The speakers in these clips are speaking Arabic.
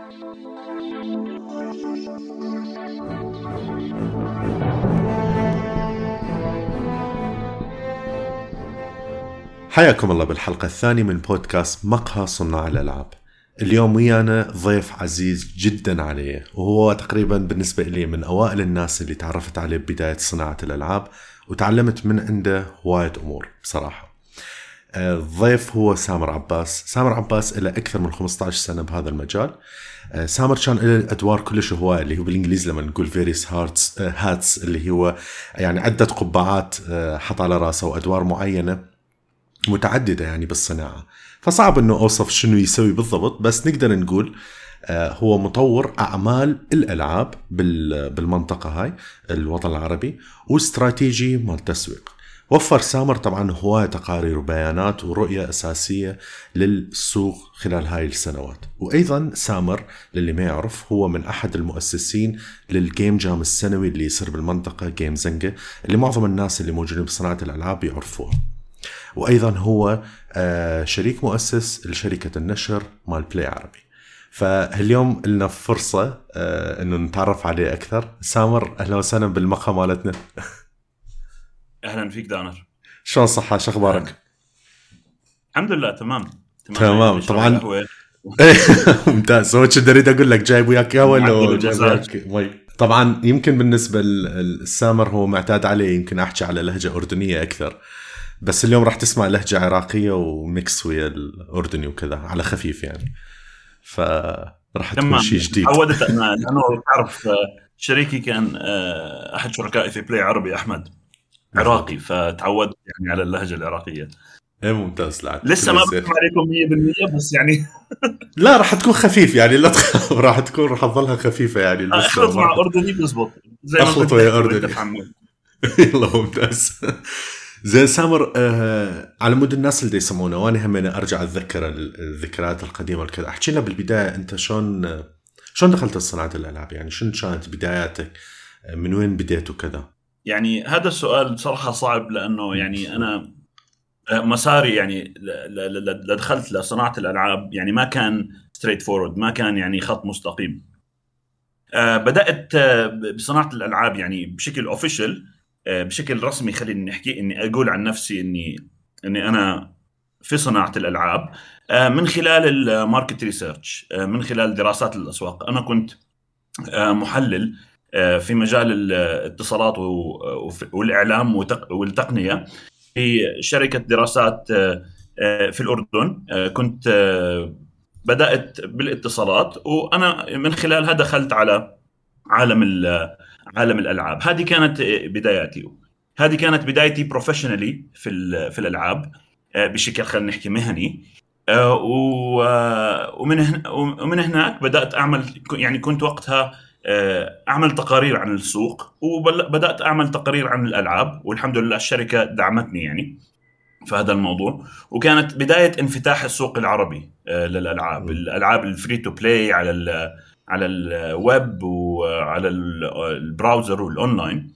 حياكم الله بالحلقة الثانية من بودكاست مقهى صناع الألعاب. اليوم ويانا ضيف عزيز جدا علي، وهو تقريبا بالنسبة لي من أوائل الناس اللي تعرفت عليه بداية صناعة الألعاب، وتعلمت من عنده هواية أمور بصراحة. الضيف هو سامر عباس. سامر عباس له أكثر من 15 سنة بهذا المجال. سامر كان له أدوار كلش هواية، اللي هو بالإنجليزي لما نقول various hats، اللي هو يعني عدة قبعات حط على رأسه، وأدوار معينة متعددة يعني بالصناعة. فصعب أنه أوصف شنو يسوي بالضبط، بس نقدر نقول هو مطور أعمال الألعاب بالمنطقة هاي الوطن العربي، واستراتيجي مال تسويق. وفر سامر طبعا هواية تقارير وبيانات ورؤية أساسية للسوق خلال هاي السنوات. وأيضا سامر للي ما يعرف هو من أحد المؤسسين للجيم جام السنوي اللي يصير بالمنطقة، جيم زنقة، اللي معظم الناس اللي موجودين بصناعة الألعاب يعرفوها. وأيضا هو شريك مؤسس لشركة النشر مال بلاي عربي. فاليوم لنا فرصة أنه نتعرف عليه أكثر. سامر، أهلا وسهلا بالمقهى مالتنا. أهلا فيك دانر. شلون صحة؟ شو أخبارك؟ الحمد لله تمام. تمام طبعا. ممتاز. سويت شو أريد أقول لك، جايب وياك قهوة ولا جايب وياك مي؟ طبعا يمكن بالنسبة للسامر هو معتاد عليه، يمكن أحكي على لهجة أردنية أكثر، بس اليوم راح تسمع لهجة عراقية وميكس ويا الأردني وكذا على خفيف يعني، فراح تكون شيء جديد. عودت أنا لأنه تعرف شريكي كان أحد شركائي في بلاي عربي أحمد عراقي، فتعودت يعني على اللهجة العراقية. ايه ممتاز. لسه ما بفهم عليكم 100% بس يعني لا راح تكون خفيف يعني، لا راح تظلها خفيفة يعني. اخلط مع أردني بزبط زي ما اخلط ويا أردني. يلا ممتاز. زين سامر، على مود الناس اللي يسمعونا، وانا هم ارجع اتذكر الذكريات القديمه وكذا. احكي لنا بالبدايه انت شلون دخلت صناعه الالعاب؟ يعني شنو كانت بداياتك؟ من وين بديت وكذا؟ يعني هذا السؤال بصراحه صعب، لانه يعني انا مساري يعني دخلت لصناعه الالعاب يعني ما كان ستريت فورورد، ما كان يعني خط مستقيم. بدات بصناعه الالعاب يعني بشكل اوفيشال، بشكل رسمي. خليني نحكي اني اقول عن نفسي اني انا في صناعه الالعاب من خلال الماركت ريسيرش، من خلال دراسات الاسواق. انا كنت محلل في مجال الاتصالات والاعلام والتقنيه في شركه دراسات في الاردن. كنت بدات بالاتصالات، وانا من خلالها دخلت على عالم الالعاب. هذه كانت بداياتي، هذه كانت بدايتي بروفيشنالي في الالعاب بشكل خلينا نحكي مهني. ومن هناك بدات اعمل، يعني كنت وقتها اعمل تقارير عن السوق، وبدات اعمل تقارير عن الالعاب، والحمد لله الشركه دعمتني يعني في هذا الموضوع. وكانت بدايه انفتاح السوق العربي للالعاب، الالعاب الفري تو بلاي على الويب وعلى البراوزر والاونلاين.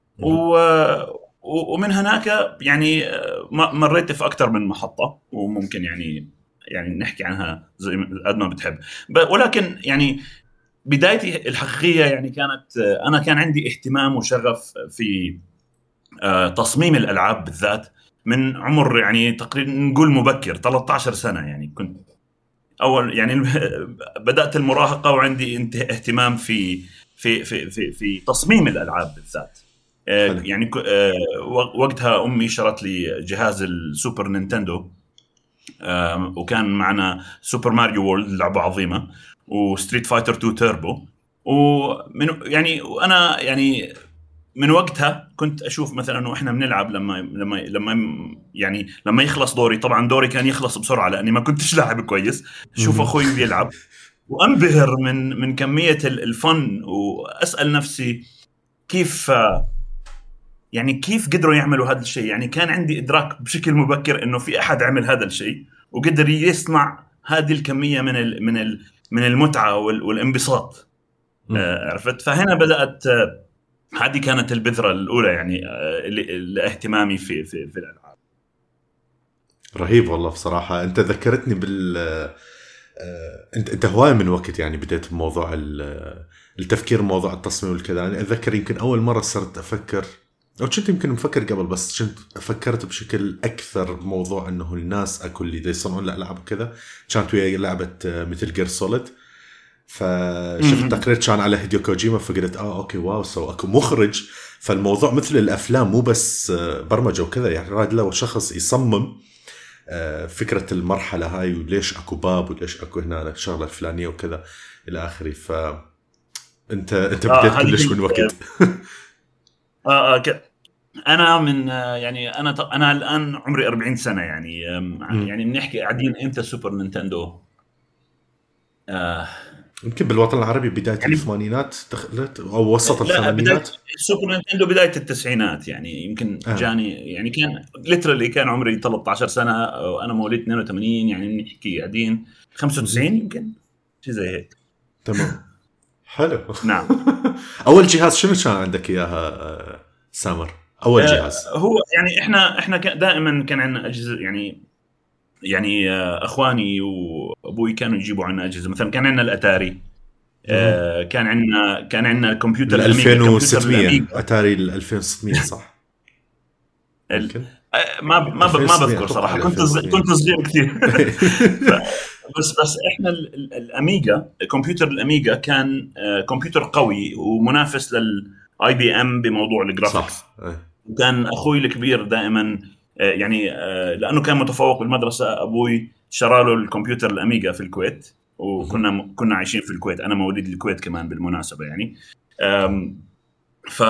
ومن هناك يعني مريت في اكثر من محطه، وممكن يعني نحكي عنها زي قد ما بتحب. ولكن يعني بدايتي الحقيقيه يعني كانت، انا كان عندي اهتمام وشغف في تصميم الالعاب بالذات من عمر يعني تقريبا نقول مبكر 13 سنه. يعني كنت اول يعني بدات المراهقه وعندي اهتمام في تصميم الالعاب بالذات. يعني وقتها امي شرت لي جهاز السوبر نينتندو، وكان معنا سوبر ماريو وورلد، لعبه عظيمه، وستريت فايتر 2 تيربو. ومن يعني وانا يعني من وقتها كنت اشوف مثلا واحنا بنلعب لما يخلص دوري، طبعا دوري كان يخلص بسرعه لاني ما كنتش لاعب كويس، شوف اخوي بيلعب وانبهر من كميه الفن، واسال نفسي كيف قدروا يعملوا هذا الشيء. يعني كان عندي ادراك بشكل مبكر انه في احد عمل هذا الشيء وقدر يصنع هذه الكميه من المتعه والانبساط. عرفت؟ فهنا بدات، هذه كانت البذرة الأولى يعني لاهتمامي في الألعاب. رهيب والله بصراحة. أنت ذكرتني انت هواي من وقت يعني بديت بموضوع التفكير بموضوع التصميم والكذا. انا اتذكر يمكن اول مره صرت افكر، او كنت يمكن مفكر قبل، بس كنت فكرت بشكل اكثر موضوع انه الناس اكو اللي يصنعون الالعاب وكذا كانت ويا لعبه مثل جير سوليد، فشفت تقرير كان على هيديو كوجيما فقلت اوكي واو، سو اكو مخرج، فالموضوع مثل الافلام مو بس برمجه وكذا، يعني راد لو شخص يصمم فكره المرحله هاي وليش اكو باب وليش اكو هنا الشغله الفلانيه وكذا الى اخره. ف انت بديت كلش من وقت. انا من يعني انا الان عمري 40 سنه يعني يعني بنحكي قاعدين امتى سوبر نينتندو يمكن بالوطن العربي بدايه يعني الثمانينات دخلت او وسط لا، بدايه الثمانينات. السوبر نينتندو بدايه التسعينات، يعني يمكن جاني يعني كان ليترالي كان عمري 13 سنه وانا مواليد 82، يعني بنحكي قاعدين 95 يمكن شيء زي هيك. تمام حلو. نعم. اول جهاز شنو كان عندك اياها سامر؟ اول جهاز هو يعني احنا دائما كان عندنا اجهزه، يعني اخواني وابوي كانوا يجيبوا عنا اجهزه، مثلا كان عندنا الاتاري، كان عندنا الكمبيوتر ال الاميجا، كمبيوتر 2600 الاميجا اتاري ال 2600 صح؟ ال... يمكن ما بذكر صراحه، كنت صغير كثير. بس احنا الاميجا، كمبيوتر الاميجا كان كمبيوتر قوي ومنافس للاي بي ام بموضوع الجرافيكس. صح. وكان اخوي الكبير دائما يعني لانه كان متفوق بالمدرسه، ابوي شرى له الكمبيوتر الاميجا في الكويت، وكنا عايشين في الكويت، انا مواليد الكويت كمان بالمناسبه يعني. ف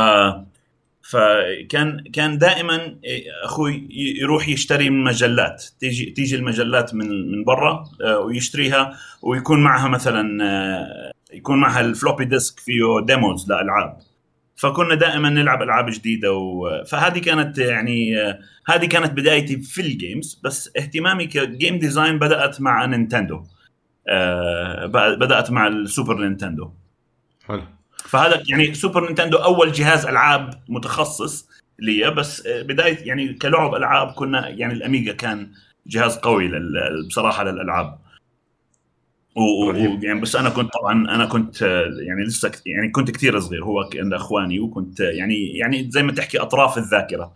فكان دائما اخوي يروح يشتري من مجلات، تيجي المجلات من برا ويشتريها، ويكون معها مثلا يكون معها الفلوبي ديسك فيه ديموز لالعاب، فكنا دائما نلعب العاب جديده. فهذه كانت يعني هذه كانت بدايتي في الجيمز. بس اهتمامي كجيم ديزاين بدات مع نينتندو، بدات مع السوبر نينتندو. حلو. فهذا يعني سوبر نينتندو اول جهاز العاب متخصص لي، بس بدايه يعني كلعب العاب كنا يعني الاميجا كان جهاز قوي بصراحه للالعاب. ويعني بس انا كنت يعني لسه يعني كنت كثير صغير، هو كان اخواني، وكنت يعني زي ما تحكي اطراف الذاكره.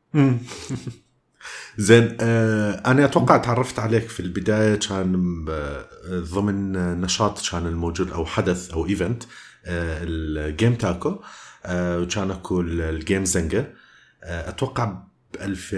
زين انا اتوقع تعرفت عليك في البدايه كان ضمن نشاط كان الموجود او حدث او ايفنت الجيم تاكو، وكان اكو الجيم زنجة اتوقع ب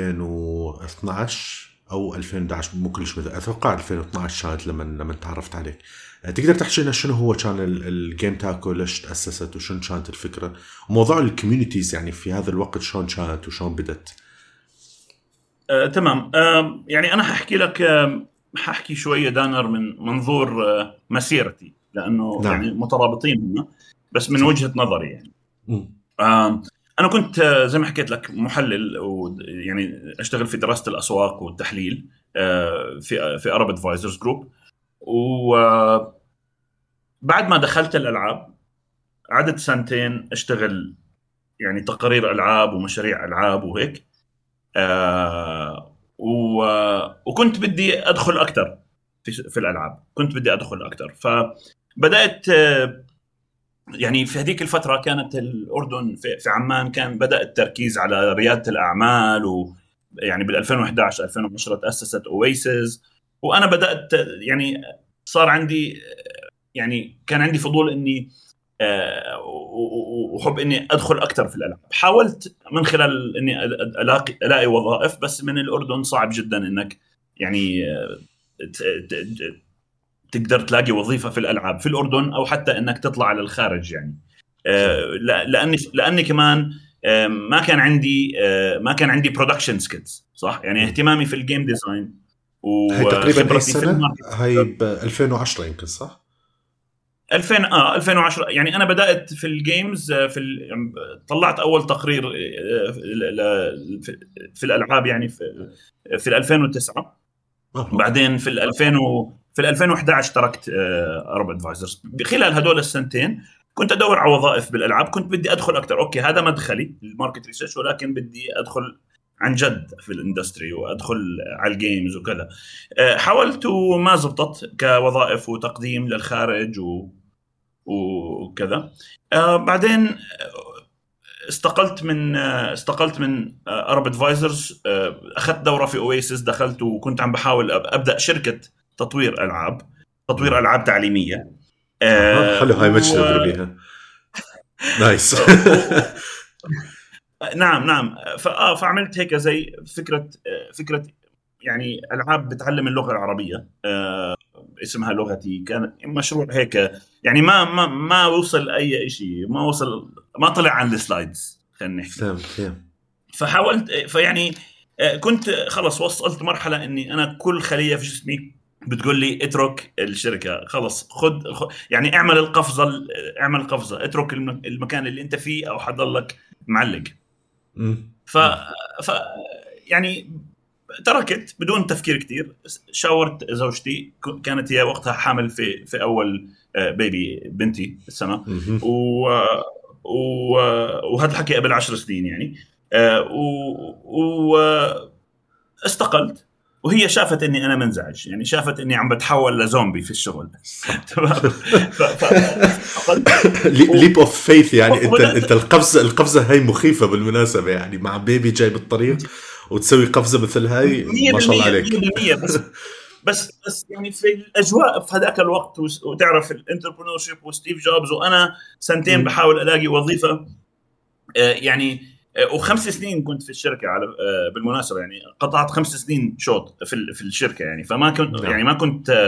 2012 او 2011 مو كلش اتوقع 2012 كانت لما تعرفت عليك. تقدر تحكي لنا شنو هو كان الجيم تاكو، ليش تأسست وشنو كانت الفكرة وموضوع الكوميونيتيز يعني في هذا الوقت شلون كانت وشلون بدت؟ تمام. يعني انا ححكي شويه دانر من منظور مسيرتي، لانه نعم. يعني مترابطين هنا، بس من وجهه نظري يعني. انا كنت زي ما حكيت لك محلل، ويعني اشتغل في دراسه الاسواق والتحليل في Arab Advisors Group. وبعد ما دخلت الالعاب قعدت سنتين اشتغل يعني تقارير العاب ومشاريع العاب وهيك. وكنت بدي ادخل اكثر في الالعاب، كنت بدي ادخل اكثر. فبدات يعني في هذيك الفتره كانت الاردن في عمان كان بدا التركيز على رياده الاعمال، ويعني بال 2011 2010 تاسست اويسز، وانا بدات يعني صار عندي يعني كان عندي فضول اني وحب اني ادخل اكثر في الالعاب. حاولت من خلال اني الاقي وظائف، بس من الاردن صعب جدا انك يعني تقدر تلاقي وظيفه في الالعاب في الاردن، او حتى انك تطلع على الخارج يعني. لاني كمان ما كان عندي برودكشن سكيلز، صح يعني اهتمامي في الجيم ديزاين هاي تقريبا وخبرتي في السنه هاي ب 2010 يمكن صح؟ 2010 يعني انا بدات في الجيمز طلعت اول تقرير في الالعاب يعني في 2009. بعدين في 2011 تركت Arab Advisors. خلال هدول السنتين كنت ادور على وظائف بالالعاب، كنت بدي ادخل اكثر. اوكي هذا مدخلي الماركت ريسيرش، ولكن بدي ادخل عن جد في الاندستري وادخل على الجيمز وكذا. حاولت وما زبطت كوظائف وتقديم للخارج وكذا. بعدين استقلت من ارب ادفايزرز. اخذت دوره في اويسيس، دخلت وكنت عم بحاول ابدا شركه تطوير العاب تعليميه. حلو، هاي ما تشتغل بيها. نايس. نعم. فعملت هيك زي فكره يعني العاب بتعلم اللغه العربيه. اسمها لغتي، كان مشروع هيك يعني ما وصل اي شيء، ما طلع عن السلايدز، خلينا نحكي. فحاولت فيعني كنت خلص وصلت مرحله اني انا كل خليه في جسمي بتقول لي اترك الشركه، خلص خد يعني اعمل قفزه، اترك المكان اللي انت فيه او حضلك معلق. ف يعني تركت بدون تفكير كتير. شاورت زوجتي، كانت هي وقتها حامل في اول بيبي بنتي السنه، وهذا الحكي قبل 10 سنين يعني. واستقلت، وهي شافت اني انا منزعج، يعني شافت اني عم بتحول لزومبي في الشغل. تمام. ليب اوف فيث يعني. انت القفزه هاي مخيفه بالمناسبه، يعني مع بيبي جاي بالطريق وتسوي قفزه مثل هاي، ما شاء الله عليك. 100%. بس يعني في الاجواء في هذاك الوقت، وتعرف الانتربرنور شيب وستيف جوبز، وانا سنتين بحاول الاقي وظيفه يعني. و5 سنين كنت في الشركه على بالمناسبه، يعني قطعت 5 سنين شوط في الشركه يعني. فما كنت يعني ما كنت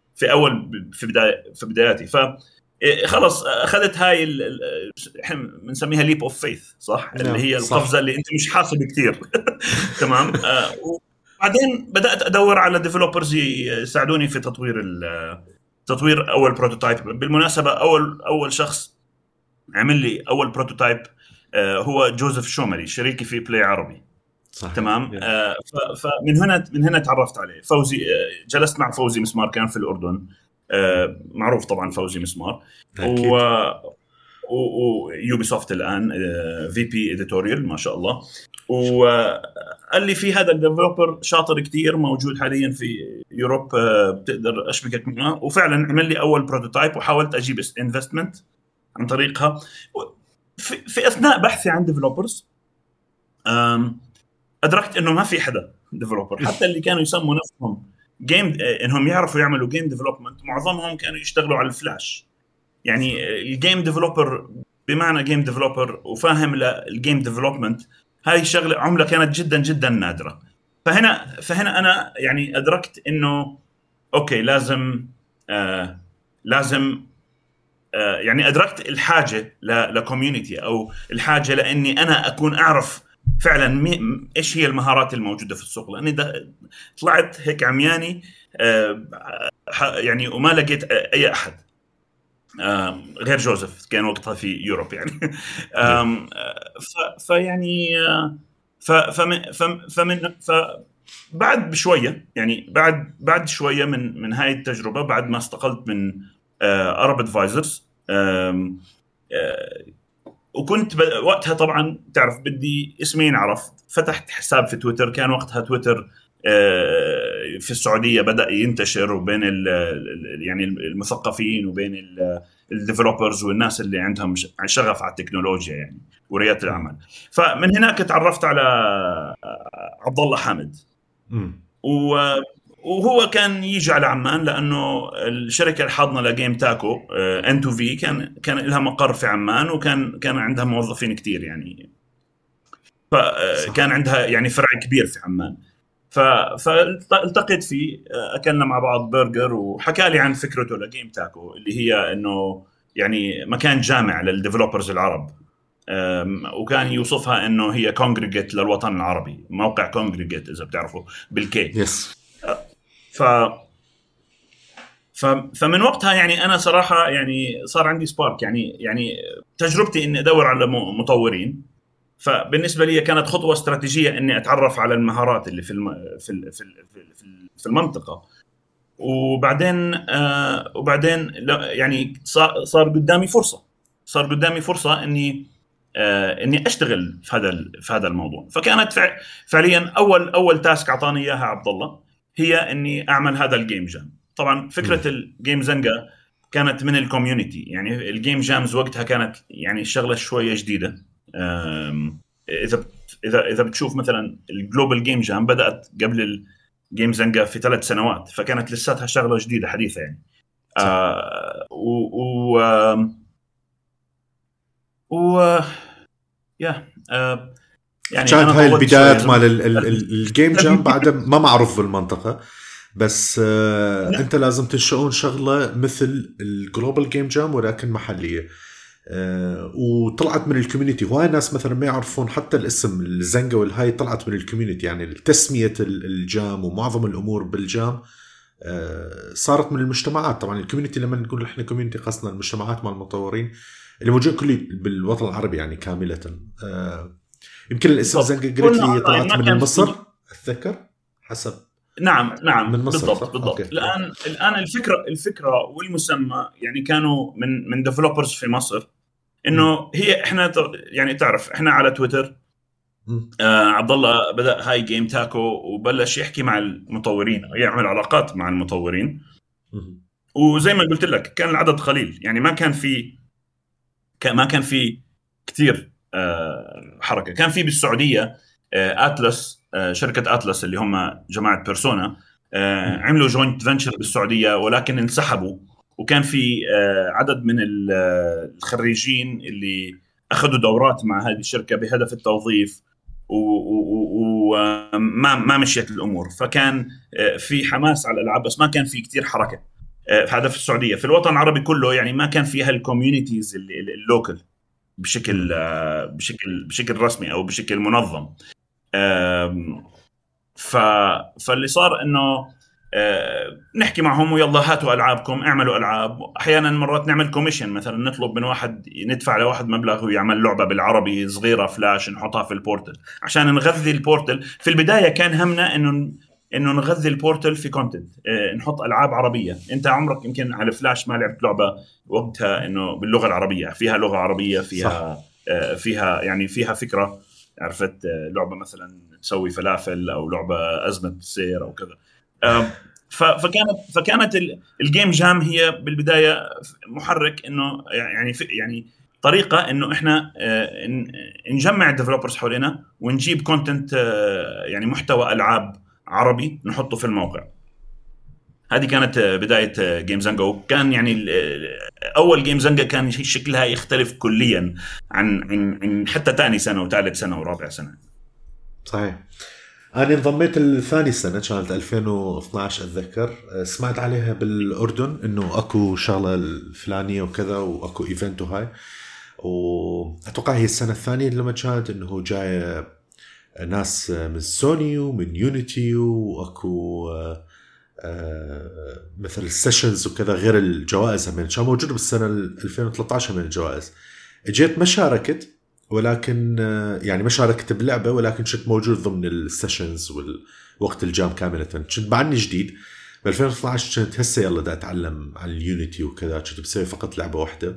في بداياتي. ف خلص اخذت هاي احنا بنسميها ليب اوف فيث، صح؟ اللي هي القفزه اللي انت مش حاسب كثير. تمام. وبعدين بدات ادور على ديفلوبرز يساعدوني في تطوير اول بروتوتايب. بالمناسبه اول شخص عمل لي اول بروتوتايب هو جوزيف شومري، شريكي في بلاي عربي. صحيح. تمام. فمن هنا تعرفت عليه فوزي. جلست مع فوزي مسمار، كان في الأردن. معروف طبعا فوزي مسمار. ويوبي سوفت الآن في بي إديتوريال ما شاء الله. وقال لي في هذا الديفلوبر شاطر كتير موجود حاليا في يوروب، بتقدر أشبكك معه. وفعلا عمل لي أول بروتوتايب، وحاولت أجيب انفستمنت عن طريقها. في أثناء بحثي عن ديفلوبرز أدركت إنه ما في حدا ديفلوبر، حتى اللي كانوا يسموا نفسهم جيم إنهم يعرفوا يعملوا جيم ديفلوبمنت، معظمهم كانوا يشتغلوا على الفلاش. يعني الجيم ديفلوبر بمعنى جيم ديفلوبر وفاهم الجيم ديفلوبمنت، هاي شغلة عملة كانت جدا جدا نادرة. فهنا أنا يعني أدركت إنه أوكي لازم يعني أدركت الحاجة لكوميونيتي، أو الحاجة لأني أنا أكون أعرف فعلا إيش هي المهارات الموجودة في السوق. لأني طلعت هيك عمياني يعني، وما لقيت أي أحد غير جوزيف، كان وقتها في يوروب يعني. فيعني بعد بشوية يعني، بعد شوية من هاي التجربة، بعد ما استقلت من أرب ادفايزرز، وكنت وقتها طبعا تعرف بدي اسمي ينعرف. فتحت حساب في تويتر، كان وقتها تويتر في السعودية بدأ ينتشر، وبين يعني المثقفين وبين الديفلوبرز والناس اللي عندهم شغف على التكنولوجيا يعني وريادة الأعمال. فمن هناك تعرفت على عبد الله حامد. وهو كان يجي على عمان، لأنه الشركة الحاضنة لجيم تاكو N2V كان لها مقر في عمان، وكان عندها موظفين كتير يعني. فكان عندها يعني فرع كبير في عمان. فالتقيت فيه، أكلنا مع بعض برجر، وحكى لي عن فكرته لجيم تاكو، اللي هي إنه يعني مكان جامع للديفلوبرز العرب. وكان يوصفها إنه هي كونجريجيت للوطن العربي، موقع كونجريجيت إذا بتعرفوا بالكي. فمن وقتها يعني أنا صراحة يعني صار عندي سبارك، يعني تجربتي إني أدور على مطورين. فبالنسبة لي كانت خطوة استراتيجية إني أتعرف على المهارات اللي في المنطقة. وبعدين يعني صار قدامي فرصة إني اني اشتغل في هذا الموضوع. فكانت فعليا اول تاسك اعطاني اياها عبد الله هي اني اعمل هذا الجيم جام. طبعا فكره الجيم زنقه كانت من الكوميونتي، يعني الجيم جامز وقتها كانت يعني شغله شويه جديده. اذا بتشوف مثلا الجلوبال جيم جام بدات قبل الجيم زنقه في 3 سنوات، فكانت لساتها شغله جديده حديثه يعني. يا يعني كانت هاي البدايات مال الجيم جام بعد ما معروف بالمنطقة، بس انت لازم تنشؤون شغلة مثل الجلوبال جيم جام ولكن محلية. وطلعت من الكوميونتي. هواي ناس مثلا ما يعرفون حتى الاسم الزنقة والهاي طلعت من الكوميونتي، يعني تسمية الجام ومعظم الأمور بالجام صارت من المجتمعات. طبعا الكوميونتي لما نقول احنا كوميونتي قصدنا المجتمعات مع المطورين اللي موجود كله بالوطن العربي يعني كاملة. يمكن الاسم زنقة قلت لي طلعت من مصر أتذكر حسب. نعم من مصر بالضبط. الآن الفكرة والمسمى يعني كانوا من ديفلوبرز في مصر، إنه هي إحنا يعني تعرف إحنا على تويتر عبد الله بدأ هاي جيم تاكو وبلش يحكي مع المطورين، يعمل علاقات مع المطورين. وزي ما قلت لك كان العدد قليل، يعني ما كان في كتير حركة. كان في بالسعودية أتلس، شركة أتلس اللي هم جماعة بيرسونا، عملوا جوينت فنتشر بالسعودية ولكن انسحبوا. وكان في عدد من الخريجين اللي أخذوا دورات مع هذه الشركة بهدف التوظيف، وما مشيت الأمور. فكان في حماس على الألعاب بس ما كان في كتير حركة. هذا في السعودية. في الوطن العربي كله يعني ما كان فيها الكوميونيتيز اللوكل بشكل رسمي أو بشكل منظم. فاللي صار إنه نحكي معهم ويلا هاتوا ألعابكم، اعملوا ألعاب. أحيانا مرات نعمل كوميشن، مثلا نطلب من واحد، ندفع لواحد مبلغ ويعمل لعبة بالعربي صغيرة فلاش نحطها في البورتل عشان نغذي البورتل. في البداية كان همنا إنه نغذي البورتل في كونتنت، نحط ألعاب عربية. أنت عمرك يمكن على فلاش ما لعبت لعبة وقتها إنه باللغة العربية، فيها لغة عربية، فيها فكرة. عرفت لعبة مثلا تسوي فلافل أو لعبة أزمة سير أو كذا. فكانت الجيم جام هي بالبداية محرك إنه يعني طريقة إنه إحنا نجمع الديفلوبرز حولنا ونجيب كونتنت، يعني محتوى ألعاب عربي نحطه في الموقع. هذه كانت بداية جيم زنقة. وكان يعني أول جيم زنقة كان شكلها يختلف كليا عن حتى تاني سنة وثالث سنة ورابع سنة. صحيح. أنا انضميت الثاني سنة كانت 2012 أتذكر. سمعت عليها بالأردن إنه أكو شغلة الفلانية وكذا وأكو إيفنت وهاي. وأتوقع هي السنة الثانية لما كانت إنه جاي ناس من سوني ومن يونيتي وأكو مثل السيشنز وكذا غير الجوائز هم كان موجود بالسنة 2013 من الجوائز. جيت ما شاركت، ولكن يعني ما شاركت بلعبة، ولكن كنت موجود ضمن السيشنز والوقت الجام كاملة. كنت بعني جديد ب 2012. كنت هسه يلا دا أتعلم عن اليونيتي وكذا. كنت بسوي فقط لعبة واحدة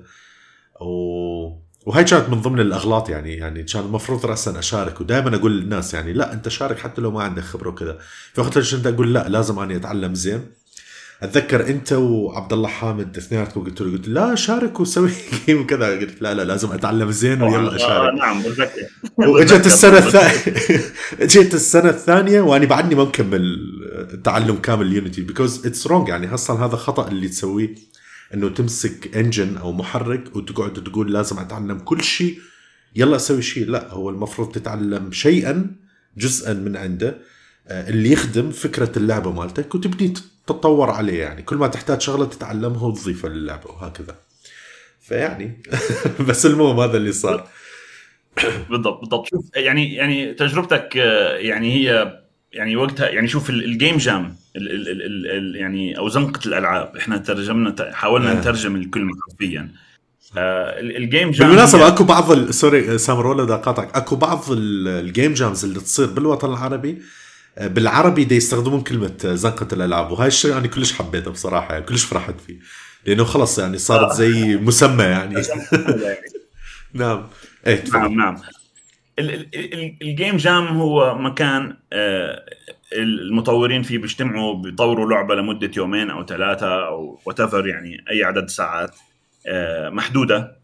وهي كانت من ضمن الأغلاط. يعني كان المفروض رأسا أشارك، ودائما أقول للناس يعني لا أنت شارك حتى لو ما عندك خبرة وكذا. في وقت اللي كنت أقول لا لازم أني أتعلم زين. أتذكر أنت وعبد الله حامد اثنيناتكم قلت لا شارك وسوي جيم وكذا. قلت لا لازم أتعلم زين ويلا أشارك. نعم بتذكر. وجت السنة الثانية وأنا بعدني ما مكمل تعلم كامل يونيتي because it's wrong. يعني أصلا هذا خطأ اللي تسويه، إنه تمسك انجن أو محرك وتقعد تقول لازم أتعلم كل شيء يلا أسوي شيء. لا، هو المفروض تتعلم شيئا جزءا من عنده اللي يخدم فكرة اللعبة مالتك وتبني تتطور عليه. يعني كل ما تحتاج شغلة تتعلمها وتضيفها للعبة وهكذا. فيعني بس المهم هذا اللي صار. بالضبط. شوف يعني تجربتك يعني هي يعني وقتها يعني شوف الجيم جام يعني او زنقة الالعاب. احنا حاولنا نترجم الكلمة حرفيا. الجيم جام بالمناسبة اكو بعض سوري سامر ولا دا قاطعك. اكو بعض الجيم جامز اللي تصير بالوطن العربي بالعربي دي يستخدمون كلمة زنقة الالعاب، وهاي الشيء يعني كلش حبيته بصراحة. يعني كلش فرحت فيه لانه خلص يعني صارت زي مسمى يعني. نعم. ايه تفضل. نعم. الجيم جام هو مكان المطورين فيه بيجتمعوا بيطوروا لعبة لمدة يومين أو 3 أو whatever، يعني أي عدد ساعات محدودة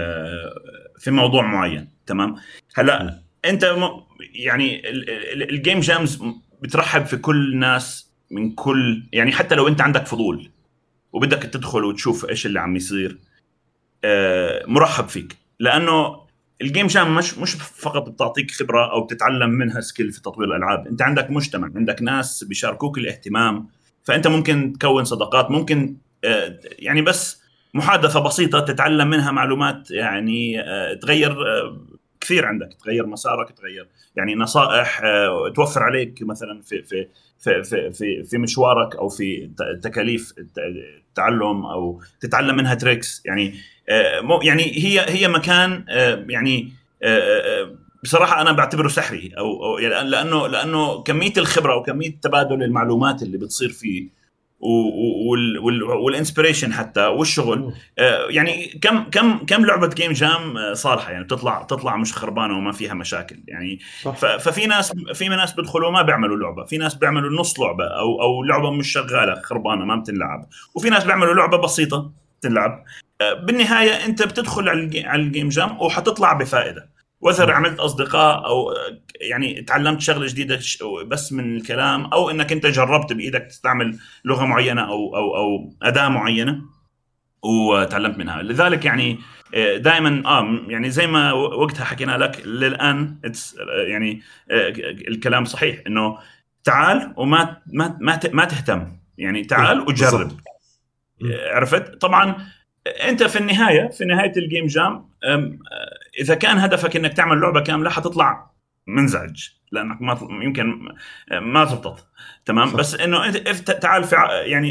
في موضوع معين. تمام. هلا أنت يعني الجيم جامز بترحب في كل الناس من كل، يعني حتى لو أنت عندك فضول وبدك تدخل وتشوف إيش اللي عم يصير، مرحب فيك، لأنه الجيم جام مش فقط بتعطيك خبرة أو بتتعلم منها سكيل في تطوير الألعاب، أنت عندك مجتمع، عندك ناس بيشاركوك الاهتمام، فأنت ممكن تكون صداقات، ممكن يعني بس محادثة بسيطة تتعلم منها معلومات، يعني تغير كثير عندك، تغير مسارك، تغير يعني نصائح توفر عليك مثلا في مشوارك او في تكاليف التعلم، او تتعلم منها تريكس. يعني يعني هي مكان يعني بصراحه انا بعتبره سحري، او لانه كميه الخبره وكميه تبادل المعلومات اللي بتصير فيه والانسبريشن حتى والشغل. يعني كم لعبه جيم جام صالحه، يعني تطلع مش خربانه وما فيها مشاكل يعني. صح. ففي ناس بيدخلوا ما بيعملوا لعبه، في ناس بيعملوا نص لعبه او لعبه مش شغاله خربانه ما بتنلعب، وفي ناس بيعملوا لعبه بسيطه تنلعب. بالنهايه انت بتدخل على الجيم جام وحتطلع بفائده، وإذا عملت أصدقاء أو يعني تعلمت شغلة جديدة بس من الكلام، أو إنك أنت جربت بإيدك تستعمل لغة معينة أو أداة معينة وتعلمت منها. لذلك يعني دائما يعني زي ما وقتها حكينا لك للآن يعني الكلام صحيح، إنه تعال وما ما تهتم، يعني تعال ايه وجرب. بالضبط. عرفت؟ طبعا انت في نهايه الجيم جام اذا كان هدفك انك تعمل لعبه كامله حتطلع منزعج، لانك ما يمكن ما زبطت. تمام. صح. بس انه انت تعال في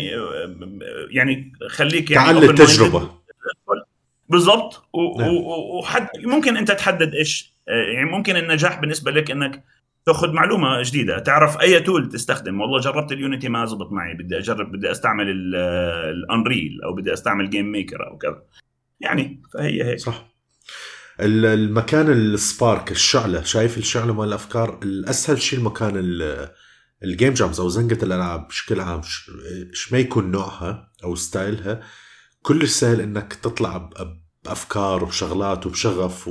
يعني خليك يعني تعال اوبن مايندد. للتجربة. بالضبط. نعم. وحد ممكن انت تحدد ايش يعني ممكن النجاح بالنسبه لك انك تاخذ معلومه جديده، تعرف اي تول تستخدم. والله جربت اليونيتي ما زبط معي، بدي اجرب، بدي استعمل الانريل او بدي استعمل جيم ميكر او كذا، يعني فهي هيك. صح. المكان السبارك، الشعلة، شايف الشعلة مال الأفكار، الأسهل شيء المكان الجيم جامز أو زنقة الألعاب بشكل عام، ما يكون نوعها أو ستايلها، كل سهل إنك تطلع بأفكار وبشغلات وبشغف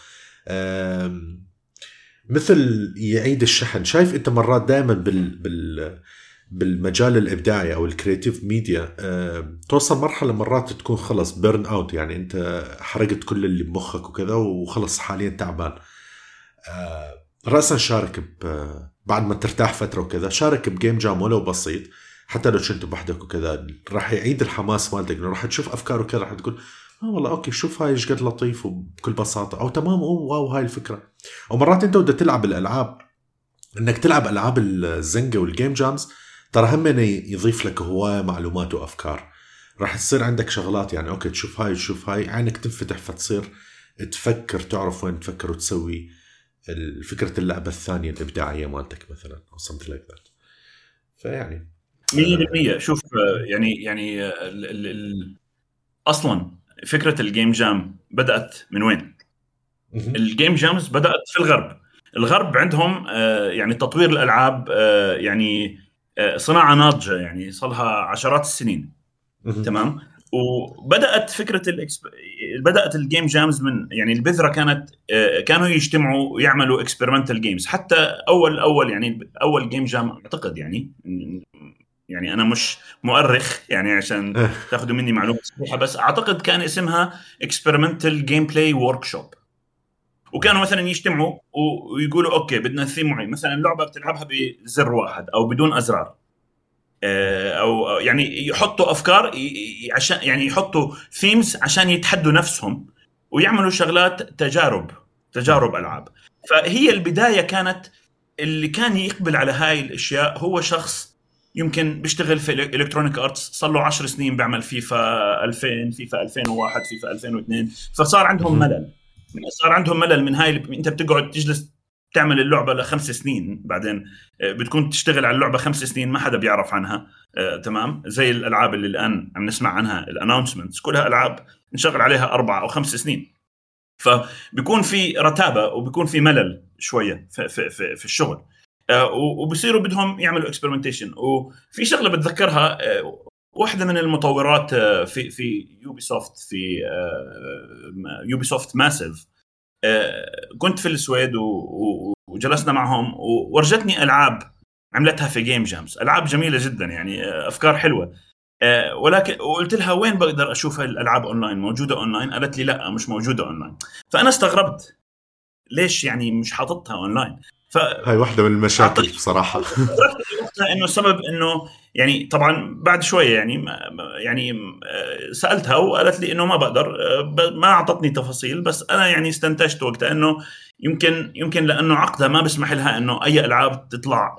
مثل يعيد الشحن. شايف أنت مرات دائما بالمجال الإبداعي أو الكرياتيف ميديا توصل مرحلة مرات تكون خلص بيرن أوت، يعني أنت حرقت كل اللي بمخك وكذا وخلص حاليا تعبان. رأسا شارك بعد ما ترتاح فترة وكذا، شارك بجيم جام ولو بسيط، حتى لو كنت بوحدك وكذا، راح يعيد الحماس مالتك، راح تشوف أفكار وكذا، راح تقول والله أوكي شوف هاي إيش قد لطيف وبكل بساطة، أو تمام واو هاي الفكرة. ومرات أنت بدك تلعب الألعاب، إنك تلعب ألعاب الزنقة والجيم جامز، ترى هم يضيف لك هواية معلومات وأفكار. راح تصير عندك شغلات، يعني أوكي تشوف هاي عينك تنفتح، فتصير تفكر، تعرف وين تفكر وتسوي فكرة اللعبة الثانية الإبداعية مالتك مثلا أو something like that. فيعني 100%. شوف يعني اصلا فكره الجيم جام بدات من وين؟ الجيم جامز بدات في الغرب عندهم يعني تطوير الالعاب يعني صناعه ناضجه، يعني صار لها عشرات السنين. تمام. وبدات بدات الجيم جامز من يعني البذره كانت كانوا يجتمعوا ويعملوا اكسبيرمنتال جيمز. حتى اول يعني اول جيم جام اعتقد، يعني انا مش مؤرخ يعني عشان تاخذوا مني معلومه صحيحه، بس اعتقد كان اسمها اكسبيرمنتال جيم بلاي وركشوب. وكانوا مثلا يجتمعوا ويقولوا اوكي بدنا ثيم معين، مثلا لعبه بتلعبها بزر واحد او بدون ازرار، او يعني يحطوا افكار عشان يعني يحطوا ثيمز عشان يتحدوا نفسهم ويعملوا شغلات تجارب العاب. فهي البدايه كانت اللي كان يقبل على هاي الاشياء هو شخص يمكن بيشتغل في الكترونيك ارتس، صار له 10 سنين بيعمل فيفا 2000، فيفا 2001، فيفا 2002. فصار عندهم ملل، من هاي انت بتقعد تجلس تعمل اللعبه ل5 سنين، بعدين بتكون تشتغل على اللعبه 5 سنين ما حدا بيعرف عنها. تمام. زي الالعاب اللي الان عم نسمع عنها الاناونسمنتس، كلها العاب نشغل عليها 4 أو 5 سنين. فبيكون في رتابه وبيكون في ملل شويه في الشغل. وبصيروا بدهم يعملوا اكسبيرمنتيشن. وفي شغله بتذكرها، واحده من المطورات في يوبي سوفت، في يوبي سوفت ماسيف، كنت في السويد وجلسنا معهم وورجتني العاب عملتها في جيم جامز، العاب جميله جدا يعني، افكار حلوه. ولكن قلت لها وين بقدر اشوف الالعاب اونلاين؟ موجوده اونلاين؟ قالت لي لا مش موجوده اونلاين. فانا استغربت ليش يعني مش حاططها اونلاين. هاي واحدة من المشاكل بصراحة. انه السبب انه يعني طبعا بعد شويه يعني سالتها وقالت لي انه ما بقدر، ما اعطتني تفاصيل. بس انا يعني استنتجت وقتها انه يمكن لانه عقدها ما بيسمح لها انه اي العاب تطلع،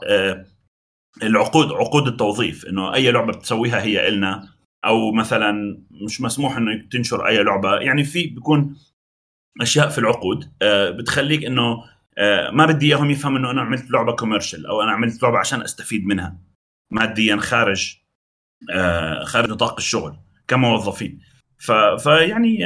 عقود التوظيف، انه اي لعبه بتسويها هي إلنا، او مثلا مش مسموح انه تنشر اي لعبه. يعني في بيكون اشياء في العقود بتخليك انه ما بدي اياهم يفهم انه انا عملت لعبه كوميرشال او انا عملت لعبه عشان استفيد منها ماديا خارج نطاق الشغل كموظفين. فيعني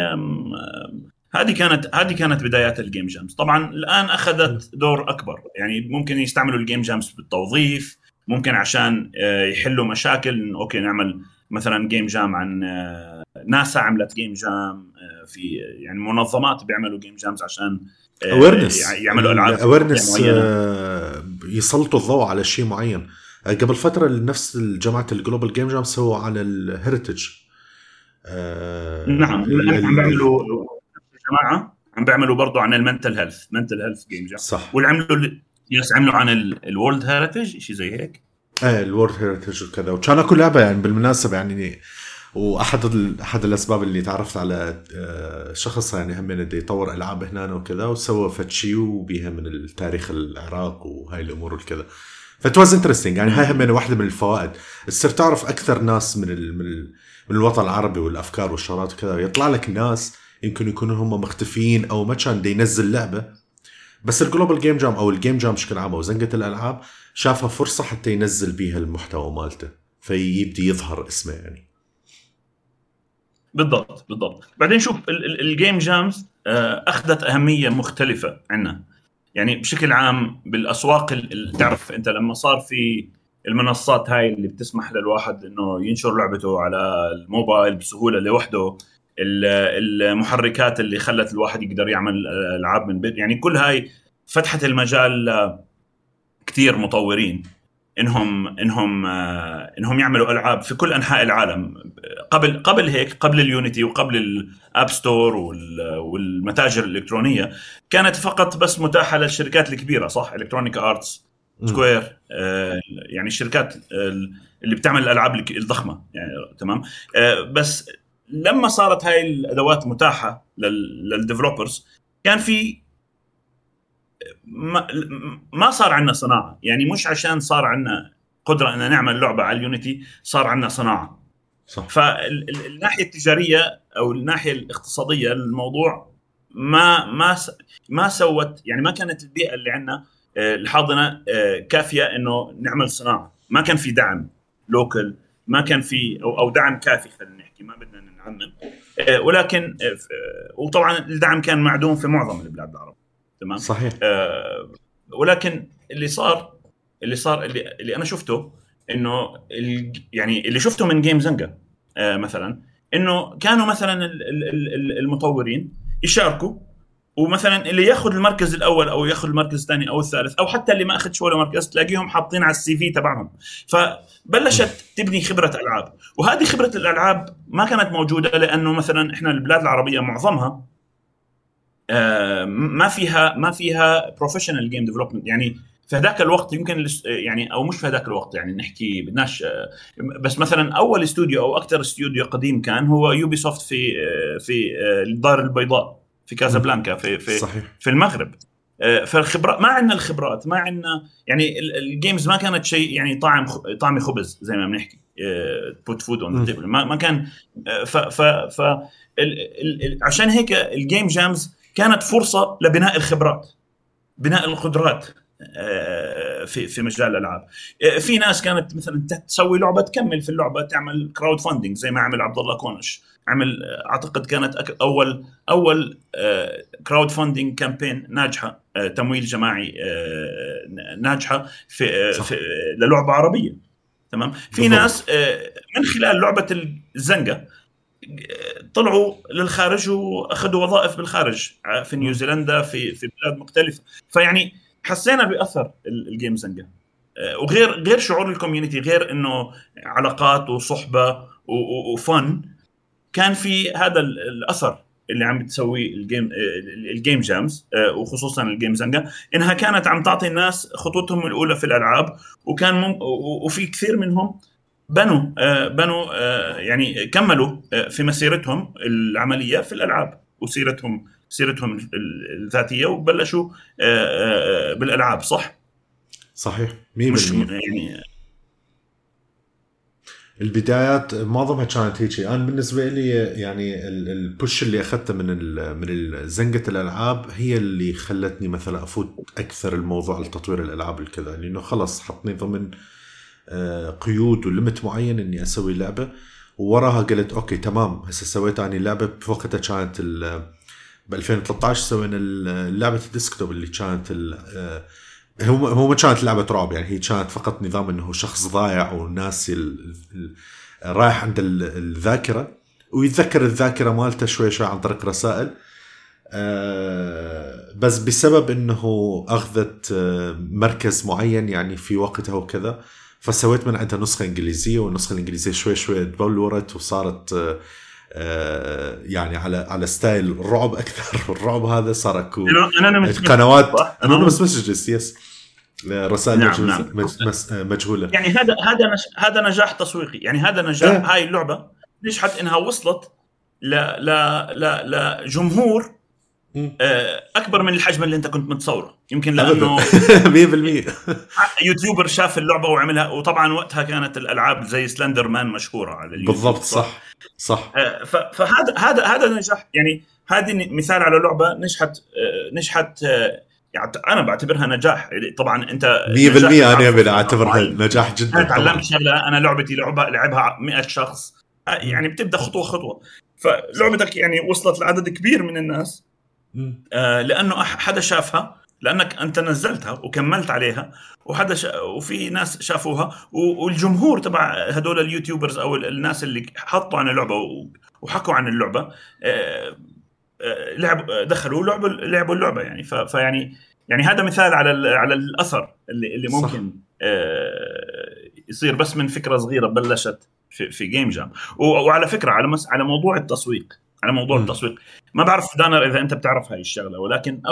هذه كانت بدايات الجيم جامز. طبعا الان اخذت دور اكبر، يعني ممكن يستعملوا الجيم جامز بالتوظيف، ممكن عشان يحلوا مشاكل. اوكي نعمل مثلا جيم جام عن ناسا عملت جيم جام، في يعني منظمات بيعملوا جيم جامز عشان يعملوا العاب يسلطوا الضوء على شيء معين. قبل فتره نفس الجامعه الجلوبال جيم جام سووا عن الهيريتج. نعم عم بيعملوا جماعه، عم بيعملوا برضو عن المنتل هيلث جيم جام. صح. عملوا عن الورلد هيريتج شيء زي هيك. الورلد هيريتج وكذا، وكان اكو لعبه يعني بالمناسبه يعني. واحد الاسباب اللي تعرفت على شخص يعني هم بده يطور العاب هنا وكذا، وسوى فتشي وبيها من التاريخ العراق وهاي الامور وكذا. فتواز انترستينج يعني. هاي هم واحده من الفوائد. صرت تعرف اكثر ناس من الوطن العربي والافكار والشغلات وكذا. يطلع لك ناس يمكن يكونوا هم مختفيين او ما كان دي ينزل لعبه، بس الجلوبال جيم جام او الجيم جام بشكل عام او زنقه الالعاب شافها فرصه حتى ينزل بيها المحتوى مالته، فيبدي يظهر اسمه يعني. بالضبط. بعدين شوف الجيم جامز اخذت اهميه مختلفه عنا يعني بشكل عام بالاسواق. تعرف انت لما صار في المنصات هاي اللي بتسمح للواحد انه ينشر لعبته على الموبايل بسهوله لوحده، المحركات اللي خلت الواحد يقدر يعمل العاب من بيت، يعني كل هاي فتحت المجال كتير مطورين انهم يعملوا العاب في كل انحاء العالم. قبل هيك، قبل اليونيتي وقبل الاب ستور والمتاجر الالكترونيه، كانت فقط بس متاحه للشركات الكبيره، صح؟ الكترونيك ارتس، سكوير، يعني الشركات اللي بتعمل الالعاب الضخمه يعني، تمام. بس لما صارت هاي الادوات متاحه للديفلوبرز، كان في ما صار عندنا صناعه. يعني مش عشان صار عندنا قدره ان نعمل لعبه على اليونيتي صار عندنا صناعه، صح. فالناحيه التجاريه او الناحيه الاقتصاديه الموضوع ما سوت، يعني ما كانت البيئه اللي عندنا الحاضنه كافيه انه نعمل صناعه. ما كان في دعم لوكل، ما كان في او دعم كافي، خلينا نحكي، ما بدنا نعمم. ولكن وطبعا الدعم كان معدوم في معظم البلاد العربيه، تمام. صحيح. ولكن اللي صار اللي انا شفته انه يعني اللي شفته من جيم زنقة مثلا، انه كانوا مثلا المطورين يشاركوا، ومثلا اللي ياخذ المركز الاول او ياخذ المركز الثاني او الثالث، او حتى اللي ما اخذش ولا مركز، تلاقيهم حاطين على السي في تبعهم. فبلشت تبني خبره العاب، وهذه خبره الالعاب ما كانت موجوده لانه مثلا احنا البلاد العربيه معظمها ما فيها بروفيشنال جيم ديفلوبمنت. يعني في هذاك الوقت يمكن يعني، او مش في هذاك الوقت يعني نحكي بدناش، بس مثلا اول استوديو او اكثر استوديو قديم كان هو يوبي سوفت في الدار البيضاء في كازابلانكا في المغرب. فالخبرات ما عندنا، الخبرات ما عندنا، يعني الجيمز ما كانت شيء يعني طعم خبز زي ما بنحكي، بوت فود اون ذا تيبل، ما كان. عشان هيك الجيم جامز كانت فرصة لبناء الخبرات، بناء القدرات، في مجال الالعاب. في ناس كانت مثلا تسوي لعبه تكمل في اللعبه، تعمل كراود فاندنج زي ما عمل عبد الله كونش. عمل اعتقد كانت اول كراود فاندنج كامبين ناجحه، تمويل جماعي ناجحه في للعبه عربيه. تمام. في ناس من خلال لعبه الزنقه طلعوا للخارج واخذوا وظائف بالخارج، في نيوزيلندا، في بلاد مختلفه. فيعني حسينا باثر الجيم زنقه. وغير شعور الكوميونتي، غير انه علاقات وصحبه وفن، كان في هذا الاثر اللي عم بتسوي الجيم جامز، وخصوصا الجيم زنقه، انها كانت عم تعطي الناس خطوتهم الاولى في الالعاب. وكان وفي كثير منهم بنوا يعني كملوا في مسيرتهم العمليه في الالعاب، وسيرتهم الذاتيه، وبلشوا بالالعاب. صحيح 100%. مش يعني البدايات معظمها كانت هيك. انا بالنسبه لي يعني البوش اللي اخذته من زنقه الالعاب هي اللي خلتني مثلا افوت اكثر الموضوع لتطوير الالعاب الكذا، لانه خلص حطني ضمن قيود ولمت معين اني اسوي لعبه، ووراها قلت اوكي تمام هسه سويت اني لعبه. بوقتها كانت ب 2013 سوينا لعبه الديسكتوب اللي كانت هو ما كانت لعبه رعب، يعني هي كانت فقط نظام انه شخص ضايع والناس رايح عند الذاكره ويتذكر الذاكره مالته شوي شوي عن طريق رسائل. بس بسبب انه اخذت مركز معين يعني في وقتها وكذا، فسويت من عندها نسخة إنجليزية، والنسخة الإنجليزية شوي شوي تبلورت وصارت يعني على ستايل الرعب أكثر. والرعب هذا صار أكو قنوات أنونيمس مسجز، يس، رسائل مجهولة. يعني هذا نجاح تسويقي، يعني هذا نجاح. هاي اللعبة نجحت إنها وصلت لجمهور اكبر من الحجم اللي انت كنت متصوره، يمكن لانه 100% يوتيوبر شاف اللعبه وعملها. وطبعا وقتها كانت الالعاب زي سلندر مان مشهوره على اليوتيوب. بالضبط، صح. فهذا نجاح. يعني هذه مثال على لعبه نجحت يعني انا بعتبرها نجاح. طبعا انت 100% انا بعتبرها نجاح جدا. انا تعلمت شغله، انا لعبتي لعبها 100 شخص، يعني بتبدا خطوه. فلعبتك يعني وصلت لعدد كبير من الناس لانه حدا شافها، لانك انت نزلتها وكملت عليها، وفي ناس شافوها. والجمهور تبع هدول اليوتيوبرز او الناس اللي حطوا عن اللعبه وحكوا عن اللعبه دخلوا لعبوا اللعبه يعني. يعني هذا مثال على الاثر اللي ممكن يصير بس من فكره صغيره بلشت في جيم جام. وعلى فكره على موضوع التسويق، ما بعرف دانر اذا انت بتعرف هاي الشغله، ولكن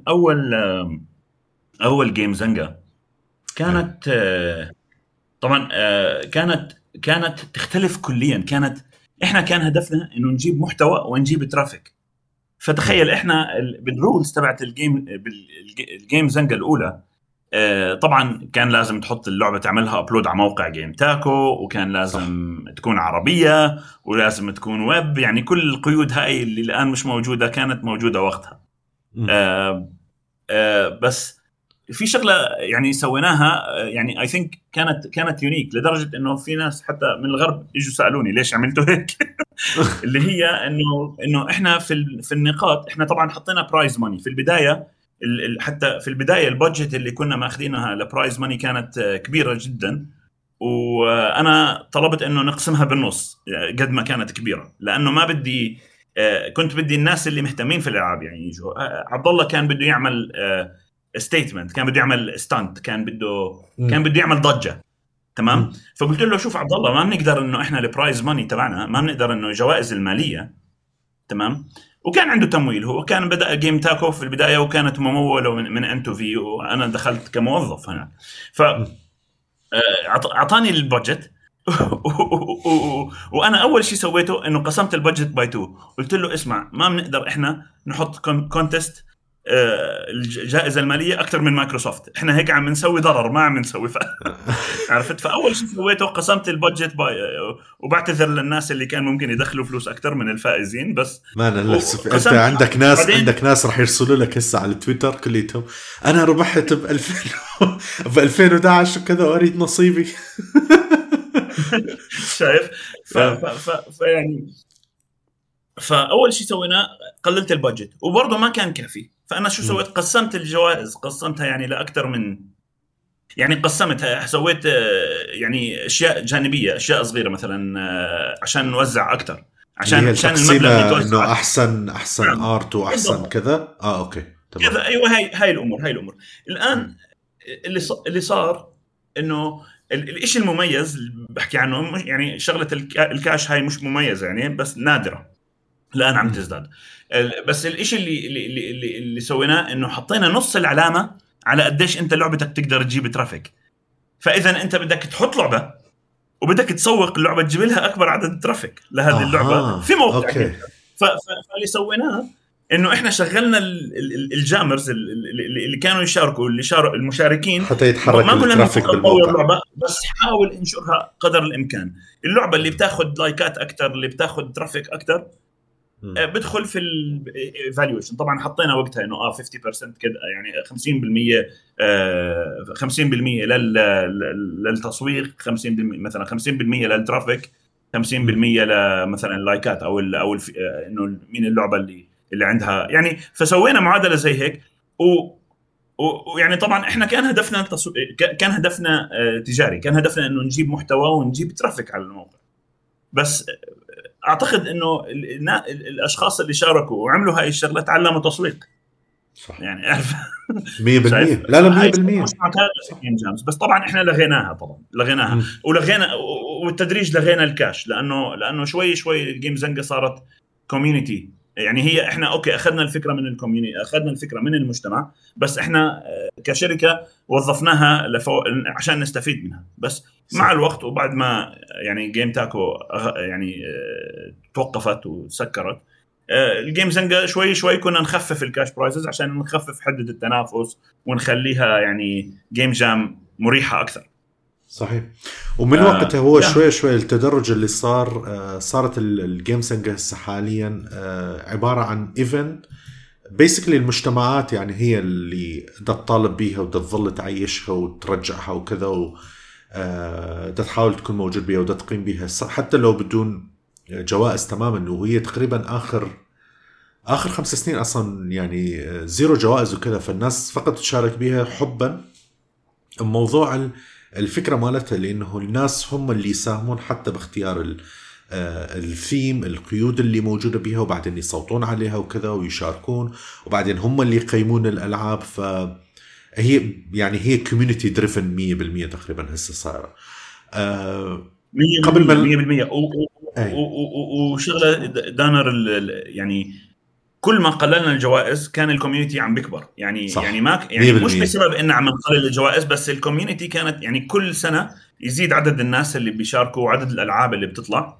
اول جيم زنقه كانت طبعا كانت تختلف كليا. احنا كان هدفنا انه نجيب محتوى ونجيب ترافيك. فتخيل احنا بالرولز تبعت الجيم زنقه الاولى، طبعا كان لازم تحط اللعبه تعملها ابلود على موقع جيم تاكو، وكان لازم تكون عربيه، ولازم تكون ويب. يعني كل القيود هاي اللي الان مش موجوده كانت موجوده وقتها. بس في شغله يعني سويناها، يعني اي ثينك كانت يونيك لدرجه انه في ناس حتى من الغرب يجوا سالوني ليش عملتوا هيك. اللي هي انه احنا في النقاط، احنا طبعا حطينا برايز ماني في البدايه. حتى في البدايه البادجت اللي كنا ماخذينها لبرايز ماني كانت كبيره جدا، وانا طلبت انه نقسمها بالنص قد ما كانت كبيره، لانه ما بدي كنت بدي الناس اللي مهتمين في الالعاب يعني يجوا. عبد الله كان بده يعمل ستيتمنت، كان بده يعمل ستانت، كان بده يعمل ضجه. تمام. فقلت له شوف عبد الله، ما بنقدر انه احنا البرايز ماني تبعنا ما بنقدر انه جوائز الماليه. تمام. وكان عنده تمويل، هو كان بدأ جيم تاكو في البداية، وكانت ممولة من انتوفي، وأنا دخلت كموظف هنا. أعطاني البادجت وأنا أول شيء سويته إنه قسمت البادجت باي 2. قلت له اسمع، ما بنقدر إحنا نحط كونتست الجائزه الماليه اكثر من مايكروسوفت. احنا هيك عم نسوي ضرر، ما عم نسوي عرفت. فاول شيء سويته قسمت البادجت وبعتذر للناس اللي كان ممكن يدخلوا فلوس اكثر من الفائزين. بس ما أنا للأسف أنت عندك ناس راح يرسلوا لك هسه على تويتر كليتهم أنا ربحت ب 2011 وكذا وأريد نصيبي. شايف. يعني فاول شيء سويناه قللت البادجت، وبرضه ما كان كافي. فانا شو سويت؟ قسمت الجوائز، قسمتها يعني لاكثر من، يعني قسمتها، سويت يعني اشياء جانبيه، اشياء صغيره مثلا عشان نوزع اكثر، عشان المبلغ يتوزع انه احسن ارت واحسن كذا. اوكي تمام كذا. ايوه هاي الامور الان اللي صار انه الشيء المميز اللي بحكي عنه، يعني شغله الكاش هاي مش مميزه يعني، بس نادره الان عم تزداد. بس الاشي اللي سويناه انه حطينا نص العلامه على قديش انت لعبتك تقدر تجيب ترافيك. فاذا انت بدك تحط لعبه وبدك تسوق اللعبه تجيب لها اكبر عدد ترافيك لهذه اللعبه في موقع. فاللي سويناه انه احنا شغلنا الجامرز اللي كانوا يشاركوا، المشاركين، حتى يتحرك الترافيك بالموقع، بس حاول انشرها قدر الامكان. اللعبه اللي بتاخذ لايكات اكثر، اللي بتاخذ ترافيك اكثر، بدخل في الفالويشن. طبعا حطينا وقتها انه 50% كده، يعني 50% للتسويق، 50% مثلا 50% للترافيك، 50% مثلا اللايكات او انه مين اللعبه اللي عندها يعني. فسوينا معادله زي هيك. ويعني طبعا احنا كان هدفنا تجاري، كان هدفنا انه نجيب محتوى ونجيب ترافيك على الموقع. بس اعتقد انه الاشخاص اللي شاركوا وعملوا هاي الشغله تعلموا تسويق. صح يعني عارف 100%. لا 100%. بس طبعا احنا لغيناها، ولغينا، والتدريج لغينا الكاش، لانه شوي الجيم زنقة صارت كوميونتي. يعني هي احنا اوكي اخذنا الفكره من الكوميونتي، اخذنا الفكره من المجتمع، بس احنا كشركه وظفناها عشان نستفيد منها. بس مع الوقت وبعد ما يعني جيم تاكو يعني توقفت وسكرت، الجيم زنقة شوي كنا نخفف الكاش برايزز عشان نخفف حدة التنافس ونخليها يعني جيم جام مريحة أكثر. صحيح. ومن وقتها هو شوي التدرج اللي صارت الجيم زنقة حاليا عبارة عن ايفنت بيسكلي. المجتمعات يعني هي اللي تطالب بيها وتظل تعيشها وترجعها وكذا، تحاول تكون موجود بيها وتقيم بيها حتى لو بدون جوائز تماما. وهي تقريبا آخر 5 سنين أصلا يعني 0 جوائز وكذا، فالناس فقط تشارك بيها حبا. موضوع الفكرة مالتها لأنه الناس هم اللي يساهمون حتى باختيار الثيم، القيود اللي موجودة بيها، وبعدين يصوتون عليها وكذا ويشاركون، وبعدين هم اللي يقيمون الألعاب. فهي يعني هي كوميونيتي دريفن 100% تقريبا هسه صايرة. قبل ما 100%. وشغله دانر يعني كل ما قللنا الجوائز كان الكوميونتي عم بيكبر يعني. صح. يعني ما يعني مش بسبب ان عم نقلل الجوائز، بس الكوميونتي كانت يعني كل سنه يزيد عدد الناس اللي بيشاركوا وعدد الالعاب اللي بتطلع.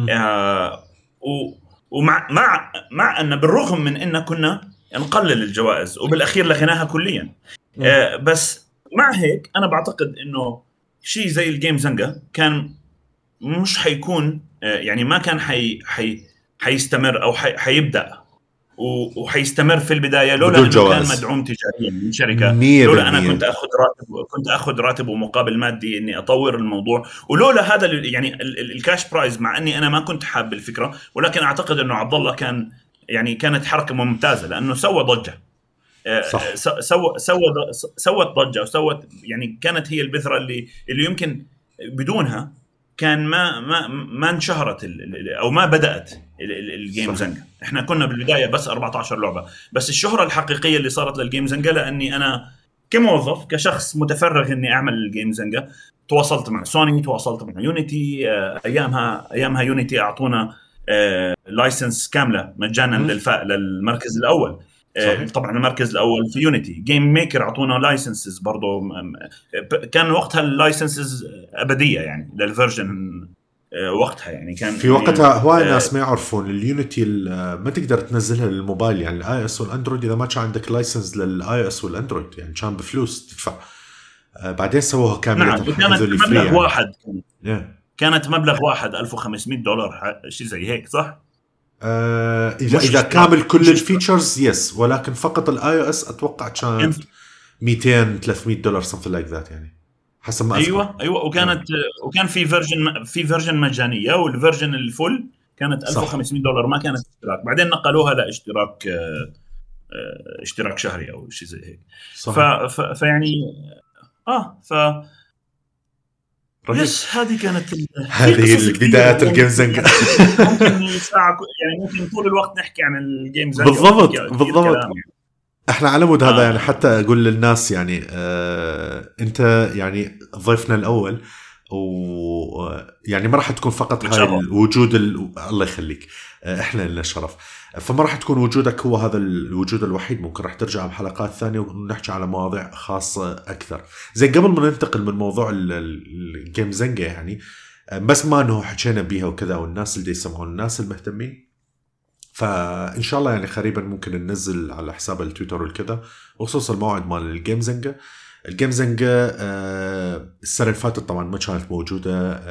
ومع ان بالرغم من ان كنا نقلل الجوائز وبالاخير لغيناها كليا. بس مع هيك انا بعتقد انه شيء زي الجيم زنقة كان مش حيكون يعني ما كان حيستمر او حيبدا وحيستمر في البدايه لولا انه كان مدعوم تجاريا من شركه، لولا انا كنت اخذ راتب ومقابل مادي اني اطور الموضوع، ولولا هذا يعني الكاش برايز، مع اني انا ما كنت حاب الفكره، ولكن اعتقد انه عبد الله كان يعني كانت حركه ممتازه لانه سوى ضجه. صح. سوت ضجه وسوت يعني كانت هي البذره اللي يمكن بدونها كان ما انشهرت او ما بدات الجيم زنقة. احنا كنا بالبدايه بس 14 لعبه، بس الشهره الحقيقيه اللي صارت للجيم زنقة لاني انا كموظف كشخص متفرغ اني اعمل الجيم زنقة تواصلت مع سوني، تواصلت مع يونيتي. ايامها يونيتي اعطونا لايسنس كامله مجانا للمركز الاول. طبعا المركز الاول في يونيتي. جيم ميكر اعطونا لايسنسز برضو، كان وقتها اللايسنسز ابديه يعني للفيرجن وقتها يعني كان في وقتها هواي ناس ما يعرفون اليونيتي ما تقدر تنزلها للموبايل، يعني الاي اس والاندرويد اذا ما كان عندك لايسنس للاي اس والاندرويد يعني كان بفلوس تدفع. بعدين سووها كاملة. نعم، وكانت مبلغ يعني. واحد كانت yeah. مبلغ واحد $1500 شيء زي هيك صح؟ اذا كامل كل الفيتشرز يس، ولكن فقط الاي او اس اتوقع كانت $200-300 something like that يعني حسب ما اذكر. ايوه وكان في فيرجن مجانيه، والفيرجن الفول كانت $1500 ما كانت اشتراك، بعدين نقلوها اشتراك شهري او شيء زي هيك. فيعني يس هذه كانت هذه البدايات الجيم زنجة. ممكن ساعة يعني ممكن طول الوقت نحكي عن الجيم زنجة. بالضبط احنا على مود هذا يعني حتى اقول للناس يعني انت يعني ضيفنا الاول، ويعني ما راح تكون فقط هاي الوجود الله يخليك احنا لنا شرف، فما راح تكون وجودك هو هذا الوجود الوحيد، ممكن راح ترجع بحلقات ثانية ونحكي على مواضيع خاصة أكثر. زي قبل ما ننتقل من موضوع الجيم زنجة يعني بس ما أنه حكينا بيها وكذا، والناس اللي يسمعون الناس المهتمين، فإن شاء الله يعني قريبا ممكن ننزل على حساب التويتر والكذا وخصوصا الموعد مال الجيم زنجة. الجيم زنجة السنة اللي فاتت طبعا ما كانت موجودة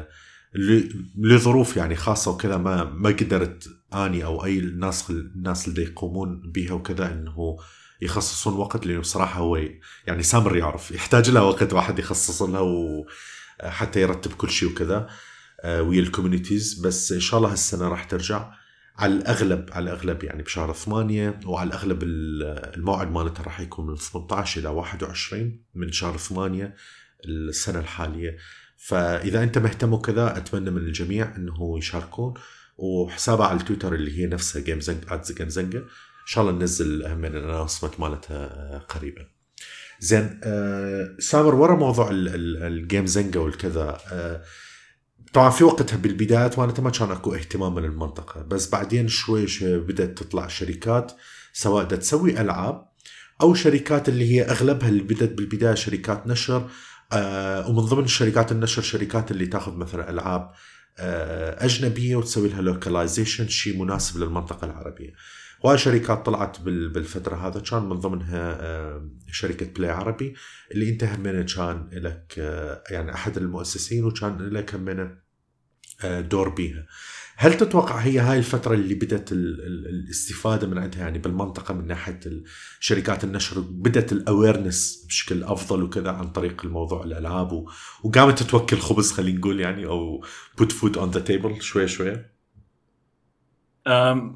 لظروف يعني خاصة وكذا، ما قدرت أني أو أي الناس اللي يقومون بها وكذا إنه يخصصون وقت، لأنه بصراحة هو يعني سامر يعرف يحتاج لها وقت واحد يخصص لها وحتى يرتب كل شيء وكذا ويا الكوميونيتيز. بس إن شاء الله هالسنة راح ترجع على الأغلب يعني بشهر 8، وعلى الأغلب الموعد مالتها راح يكون من 18 إلى 21 من شهر 8 السنة الحالية. فإذا أنت مهتم وكذا أتمنى من الجميع أنه يشاركون، وحسابها على التويتر اللي هي نفسها جيم زنجة إن شاء الله ننزل أهم من الأناونسمنت مالتها قريبا. زين سامر ورا موضوع الجيم زنجة والكذا طبعا في وقتها بالبدايات وانا ما كان اكو اهتمام من المنطقة، بس بعدين شوي بدأت تطلع شركات سواء دا تسوي ألعاب أو شركات اللي هي أغلبها اللي بدأت بالبداية شركات نشر، ومن ضمن شركات النشر شركات اللي تاخذ مثلا ألعاب أجنبية وتسوي لها لوكاليزيشن شيء مناسب للمنطقة العربية. وهاي شركات طلعت بالفترة هذا، كان من ضمنها شركة بلاي عربي اللي انت همنا كان لك يعني أحد المؤسسين وكان لك همنا دور بيها. هل تتوقع هي هاي الفترة اللي بدأت الاستفادة من عندها يعني بالمنطقة من ناحية شركات النشر، بدأت الأويرنس بشكل أفضل وكذا عن طريق الموضوع الألعاب وقامت تتوكل خبز خلينا نقول يعني، أو put food on the table شوية 100%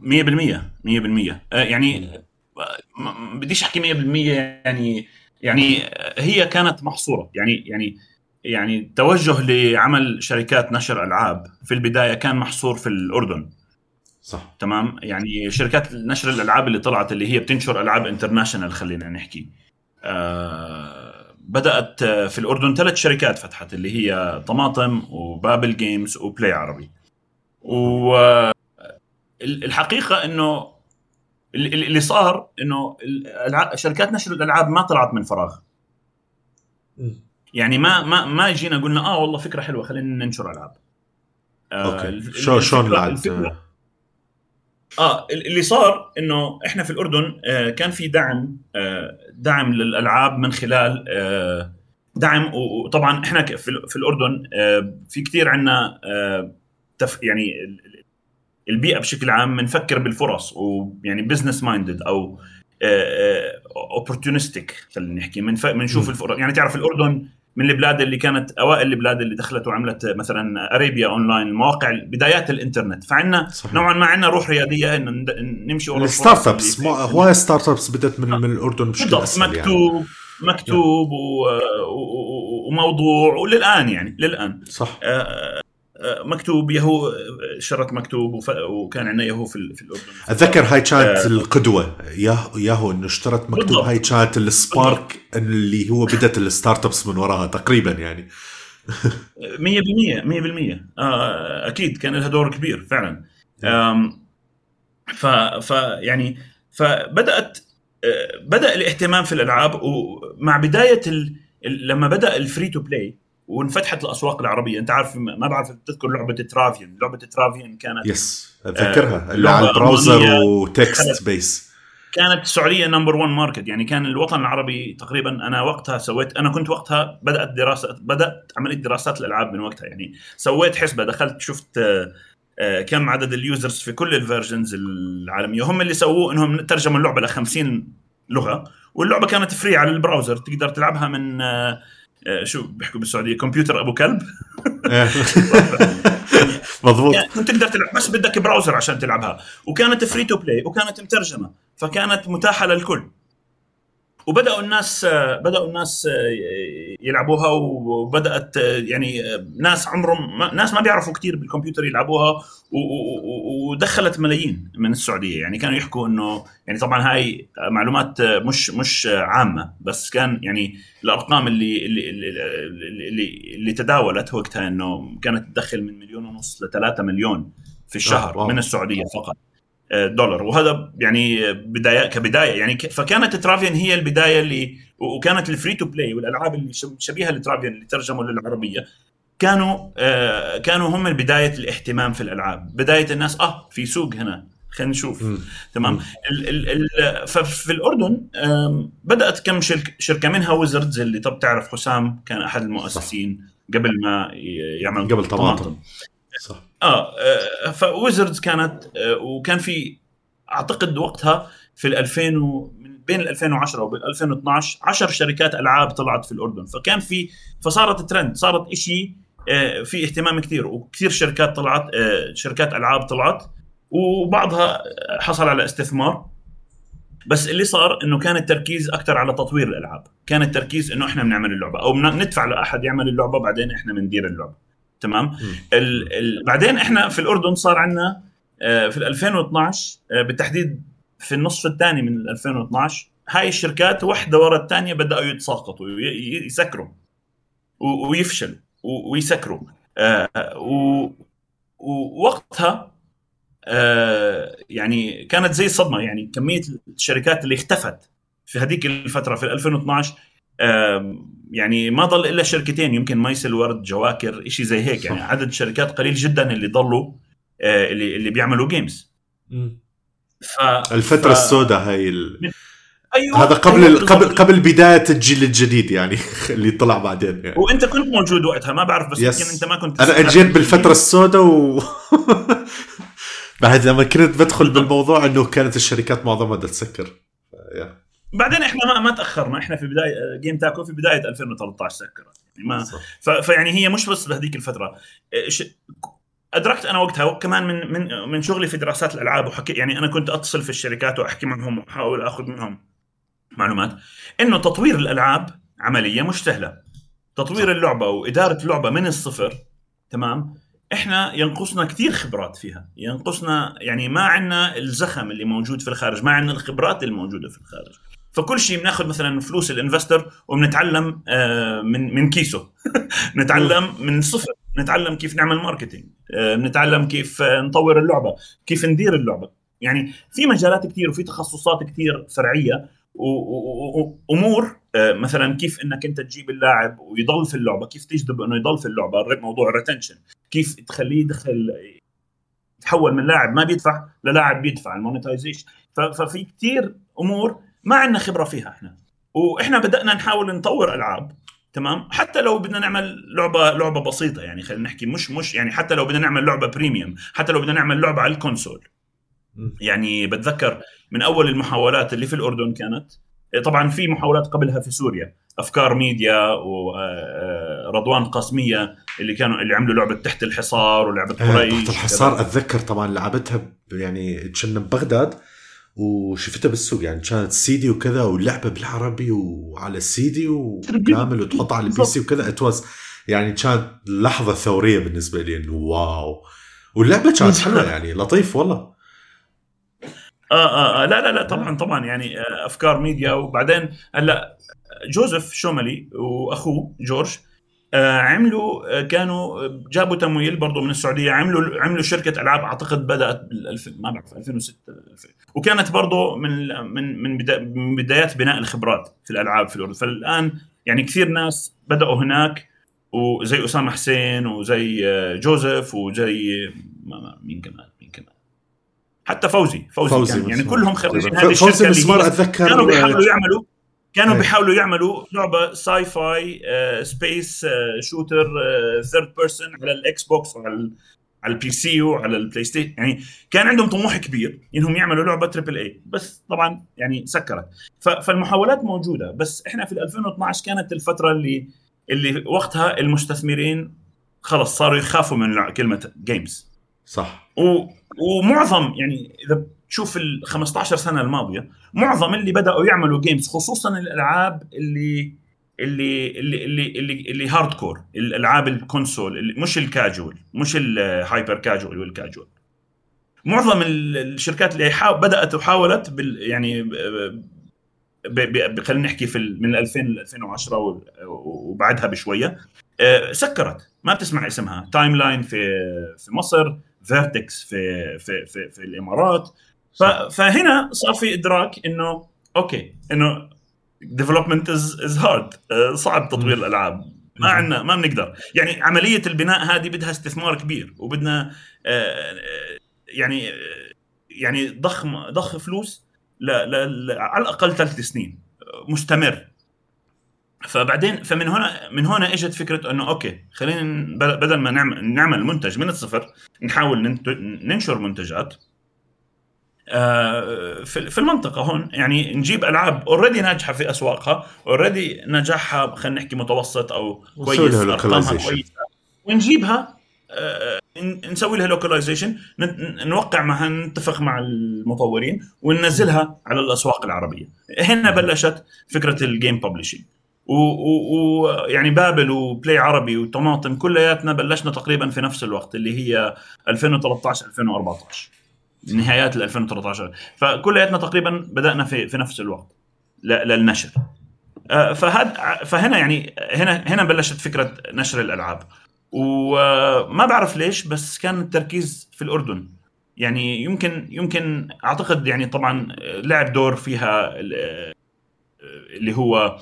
يعني بديش أحكي 100% يعني هي كانت محصورة يعني توجه لعمل شركات نشر ألعاب في البداية كان محصور في الأردن. صح تمام. يعني شركات نشر الألعاب اللي طلعت اللي هي بتنشر ألعاب انترناشنال خلينا نحكي بدأت في الأردن 3 شركات فتحت اللي هي طماطم وبابل جيمز وبلاي عربي. والحقيقة إنه اللي صار إنه شركات نشر الألعاب ما طلعت من فراغ. يعني ما جينا قلنا والله فكرة حلوة خلينا ننشر ألعاب. شلون اللي صار إنه إحنا في الأردن كان في دعم للألعاب من خلال دعم، وطبعا إحنا في الأردن في كتير عنا يعني البيئة بشكل عام منفكر بالفرص ويعني بيزنس مايندد أو opportunistic خلينا نحكي منشوف الفرص. يعني تعرف الأردن من البلاد اللي كانت أوائل البلاد اللي دخلت وعملت مثلا أريبيا أونلاين مواقع بدايات الإنترنت، فعنا نوعا ما عنا روح ريادية إن نمشي ورا الستارت ابس. هواي ستارت ابس بدت من الأردن بشكل أسهل مكتوب وموضوع، وللآن يعني للآن صح مكتوب يهو شرط مكتوب وكان عندنا يهو في الأردن. أتذكر هاي كانت القدوة ياهو إنه اشترت مكتوب بالضبط. هاي كانت السبارك اللي هو بدت الستارت ابس من وراها تقريبا يعني 100% أكيد كان لها دور كبير فعلا. يعني بدأ الاهتمام في الألعاب، ومع بداية لما بدأ الفري تو بلاي وانفتحت الاسواق العربيه. انت عارف، ما بعرف تذكر لعبه ترافيان كانت يس اتذكرها، اللي لعبه على البراوزر المانيه، وتكست بيس. كانت السعوديه نمبر 1 ماركت. يعني كان الوطن العربي تقريبا، انا كنت وقتها بدات عمليه دراسات الالعاب من وقتها. يعني سويت حسبه، دخلت شفت كم عدد اليوزرز في كل الفيرجنز العالميه. هم اللي سووه انهم ترجموا اللعبه ل 50 لغه، واللعبه كانت فري على البراوزر، تقدر تلعبها من شو بيحكوا بالسعوديه، كمبيوتر ابو كلب. يعني مضبوط. كنت تقدر تلعب، بس بدك براوزر عشان تلعبها، وكانت فري تو بلاي، وكانت مترجمه، فكانت متاحه للكل. وبداوا الناس يلعبوها، وبدات يعني ناس ناس ما بيعرفوا كتير بالكمبيوتر يلعبوها، ودخلت ملايين من السعوديه. يعني كانوا يحكوا انه، يعني طبعا هاي معلومات مش عامه، بس كان يعني الارقام اللي تداولت وقتها انه كانت تدخل من 1.5 ل3 مليون في الشهر من السعوديه فقط دولار. وهذا يعني كبدايه يعني فكانت ترافيان هي البدايه اللي، وكانت الفري تو بلاي والالعاب اللي شبيهه لترافيان اللي ترجموا للعربيه كانوا هم بدايه الاهتمام في الالعاب، بدايه الناس في سوق هنا، خلينا نشوف. تمام. ففي الاردن بدات كم شركه منها ويزردز، اللي طب تعرف حسام كان احد المؤسسين قبل ما يعمل قبل طماطم. صح. فويزردز كانت وكان في اعتقد وقتها في 2000 بين 2010 وبين 2012 10 شركات العاب طلعت في الاردن. فصارت ترند، صارت شيء في اهتمام كثير، وكثير شركات طلعت، شركات العاب طلعت، وبعضها حصل على استثمار. بس اللي صار انه كان التركيز اكثر على تطوير الالعاب، كان التركيز انه احنا بنعمل اللعبه، او ندفع لاحد يعمل اللعبه، بعدين احنا بندير اللعبه. تمام. بعدين احنا في الاردن صار عندنا في 2012 بالتحديد في النصف الثاني من 2012 هاي الشركات واحده ورا الثانيه بداوا يتساقطوا ويسكروا ويفشلوا ويسكروا. ووقتها يعني كانت زي صدمه، يعني كميه الشركات اللي اختفت في هذيك الفتره في 2012 يعني ما ضل الا شركتين، يمكن مايسل ورد، جواكر، شيء زي هيك. يعني عدد شركات قليل جدا اللي ضلوا اللي بيعملوا جيمز. الفتره السوداء هاي أيوة. هذا قبل بدايه الجيل الجديد يعني اللي طلع بعدين يعني. وانت كنت موجود وقتها، ما بعرف، بس يمكن انت ما كنت. انا اجيت بالفتره السوداء بعد لما كنت بدخل بالموضوع انه كانت الشركات معظمها تسكر. بعدين احنا ما تاخرنا، احنا في بدايه جيم تاكو في بدايه 2013 سكرت يعني ما فيعني هي مش بس بهذيك الفتره. ادركت انا وقتها كمان من شغلي في دراسات الالعاب، يعني انا كنت اتصل في الشركات واحكي معهم واحاول اخذ منهم معلومات انه تطوير الالعاب عمليه مش سهله. تطوير اللعبه واداره اللعبه من الصفر، تمام، احنا ينقصنا كثير خبرات فيها، ينقصنا يعني ما عندنا الزخم اللي موجود في الخارج، ما عندنا الخبرات الموجوده في الخارج. فكل شيء بناخذ مثلا فلوس الانفستر وبنتعلم من كيسه نتعلم من الصفر، نتعلم كيف نعمل ماركتينج، نتعلم كيف نطور اللعبه، كيف ندير اللعبه. يعني في مجالات كثير وفي تخصصات كثير فرعيه وامور مثلا كيف انك انت تجيب اللاعب ويضل في اللعبه، كيف تجذب انه يضل في اللعبه، موضوع الريتنشن، كيف تخليه يدخل يتحول من لاعب ما بيدفع للاعب بيدفع، المونيتايزيشن. ففي كثير امور ما عندنا خبره فيها احنا، واحنا بدانا نحاول نطور العاب. تمام. حتى لو بدنا نعمل لعبه بسيطه، يعني خلينا نحكي مش يعني حتى لو بدنا نعمل لعبه بريميوم، حتى لو بدنا نعمل لعبه على الكونسول. يعني بتذكر من اول المحاولات اللي في الاردن كانت، طبعا في محاولات قبلها في سوريا، افكار ميديا ورضوان قاسميه اللي عملوا لعبه تحت الحصار ولعبه قريش. تحت الحصار اتذكر طبعا لعبتها يعني كنا ببغداد وشفتها بالسوق، يعني كانت سيدي وكذا، واللعبه بالعربي وعلى السيدي وكامل وتحطها على البي سي وكذا. اتواز يعني كانت لحظه ثوريه بالنسبه لي انه واو. واللعبه كانت حلوه يعني لطيف والله. لا طبعا يعني افكار ميديا. وبعدين هلا جوزيف شومالي واخوه جورج كانوا جابوا تمويل برضو من السعوديه، عملوا شركه العاب، اعتقد بدات ما بعرف 2006 وكانت برضو من بدايات بناء الخبرات في الالعاب في الاردن. فالان يعني كثير ناس بداوا هناك وزي أسامة حسين وزي جوزيف وزي مين كمان حتى فوزي كان يعني كلهم خريجين هذه الشركه فوزي مسمار اللي اتذكر كانوا بيحاولوا يعملوا لعبه ساي فاي سبيس شوتر ثيرد بيرسون على الاكس بوكس وعلى البي سي وعلى البلاي ستيشن. يعني كان عندهم طموح كبير انهم يعملوا لعبه تريبل اي، بس طبعا يعني سكرت. فالمحاولات موجوده، بس احنا في 2012 كانت الفتره اللي وقتها المستثمرين خلص صاروا يخافوا من كلمه جيمز. صح. ومعظم يعني اذا تشوف ال 15 سنه الماضيه، معظم اللي بداوا يعملوا جيمز خصوصا الالعاب اللي هارد كور، الالعاب الكونسول اللي مش الكاجوال، مش الهايبر كاجوال والكاجوال. معظم الشركات اللي بدات وحاولت يعني خلينا نحكي من 2000 ل 2010 وبعدها بشويه سكرت، ما بتسمع اسمها. تايم لاين في مصر، فيرتكس في الامارات. فهنا صار في ادراك انه اوكي، انه development is hard، صعب تطوير الالعاب، ما بنقدر. يعني عمليه البناء هذه بدها استثمار كبير، وبدنا يعني ضخ فلوس على الاقل 3 سنين مستمر. فبعدين من هنا اجت فكره انه اوكي، خلينا بدل ما نعمل منتج من الصفر، نحاول ننشر منتجات في المنطقه هون. يعني نجيب العاب اوريدي ناجحه في اسواقها، اوريدي نجاحها خلينا نحكي متوسط او كويس، ارقامها كويسه، ونجيبها نسوي لها لوكاليزيشن، نوقع معها، نتفق مع المطورين وننزلها على الاسواق العربيه. هنا بلشت فكره الجيم ببلشينج. ويعني بابل وبلاي عربي وطماطم كلياتنا بلشنا تقريبا في نفس الوقت، اللي هي 2013 2014 نهايات 2013. فكلياتنا تقريبا بدأنا في نفس الوقت للنشر. فهنا يعني هنا بلشت فكرة نشر الألعاب. وما بعرف ليش، بس كان التركيز في الأردن. يعني يمكن أعتقد يعني طبعا لعب دور فيها اللي هو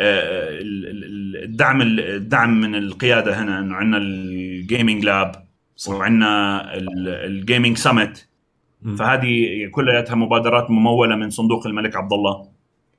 الدعم من القيادة هنا، إنه عندنا الجيمينج لاب وعندنا الجيمينج سامت. فهذه كلها مبادرات ممولة من صندوق الملك عبد الله.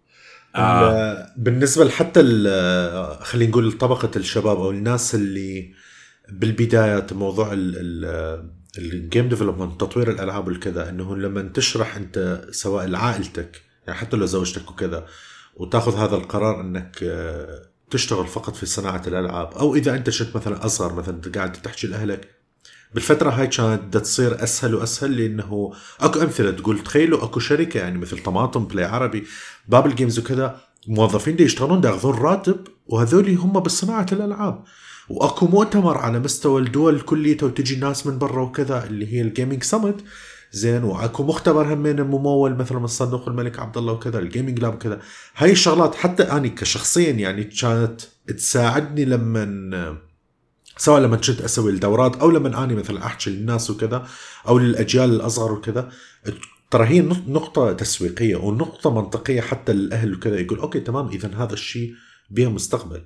بالنسبة حتى خلينا نقول طبقة الشباب أو الناس اللي بالبداية موضوع الجيم ديفلوبمنت، تطوير الألعاب والكذا، إنه لما تشرح أنت سواء لعائلتك يعني حتى لو زوجتك وكذا، وتاخذ هذا القرار انك تشتغل فقط في صناعة الالعاب، او اذا انت شفت مثلا اصغر، مثلا قاعد تحكي لاهلك بالفترة هاي كانت تصير اسهل واسهل، لانه اكو امثلة تقول تخيلوا اكو شركة يعني مثل طماطم، بلاي عربي، بابل جيمز وكذا، موظفين دي يشتغلون دا ياخذون راتب، وهذول هم بالصناعة الالعاب، واكو مؤتمر على مستوى الدول كليته وتجي ناس من برا وكذا اللي هي الجيمينج سمت زين، واكو مختبر همين ممول مثلا من صندوق الملك عبد الله وكذا، الجيمنج لاب وكذا. هاي الشغلات حتى اني كشخصيا يعني كانت تساعدني لما سواء لما كنت اسوي الدورات، او لما اني مثلا احكي للناس وكذا، او للاجيال الاصغر وكذا. ترى هي نقطه تسويقيه ونقطه منطقيه حتى للاهل وكذا، يقول اوكي تمام، اذا هذا الشيء بيه مستقبل.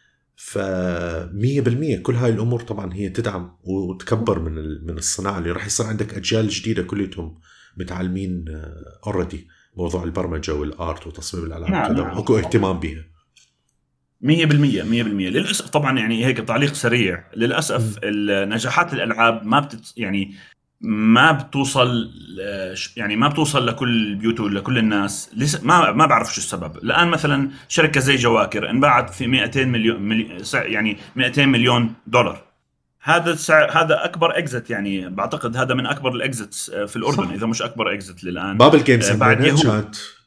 ف100% كل هاي الأمور طبعا هي تدعم وتكبر من الصناعة، اللي راح يصير عندك أجيال جديدة كلهم متعلمين already موضوع البرمجة والآرت وتصميم الألعاب كذا، وأكو اهتمام بها 100%. للأسف طبعا يعني هيك تعليق سريع، للأسف نجاحات الألعاب ما بتوصل لكل البيوت ولا كل الناس. لسه ما بعرف شو السبب. الآن مثلا شركة زي جواكر انباعت في 200 مليون دولار. هذا أكبر إكزت، يعني بعتقد هذا من أكبر الإكزتس في الأردن، إذا مش أكبر إكزت للآن. بابل جيمز بعد يهود.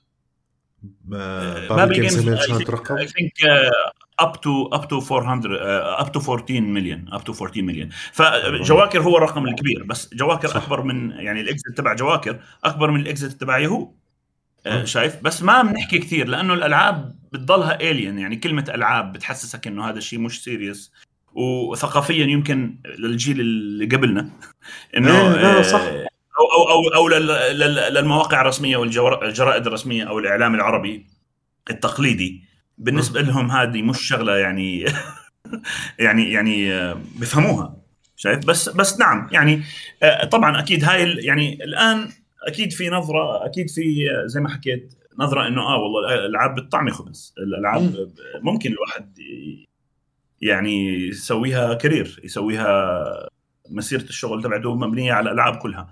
بابل جيمز رقم I think up to 14 مليون. فجواكر هو الرقم الكبير، بس جواكر صح. اكبر من يعني الاكزت تبع جواكر اكبر من الاكزت تبع يهو. شايف؟ بس ما بنحكي كثير لانه الالعاب بتضلها الين، يعني كلمه العاب بتحسسك انه هذا الشيء مش سيريس، وثقافيا يمكن للجيل اللي قبلنا انه صح. او للمواقع الرسميه والجرائد الرسميه او الاعلام العربي التقليدي، بالنسبه لهم هذه مش شغله يعني يعني بيفهموها. شايف؟ بس نعم يعني طبعا اكيد هاي يعني الان اكيد في نظره، اكيد في زي ما حكيت نظره انه والله الالعاب بتطعمي خبز، الالعاب ممكن الواحد يعني يسويها كارير، يسويها مسيره الشغل تبعته مبنيه على الالعاب كلها،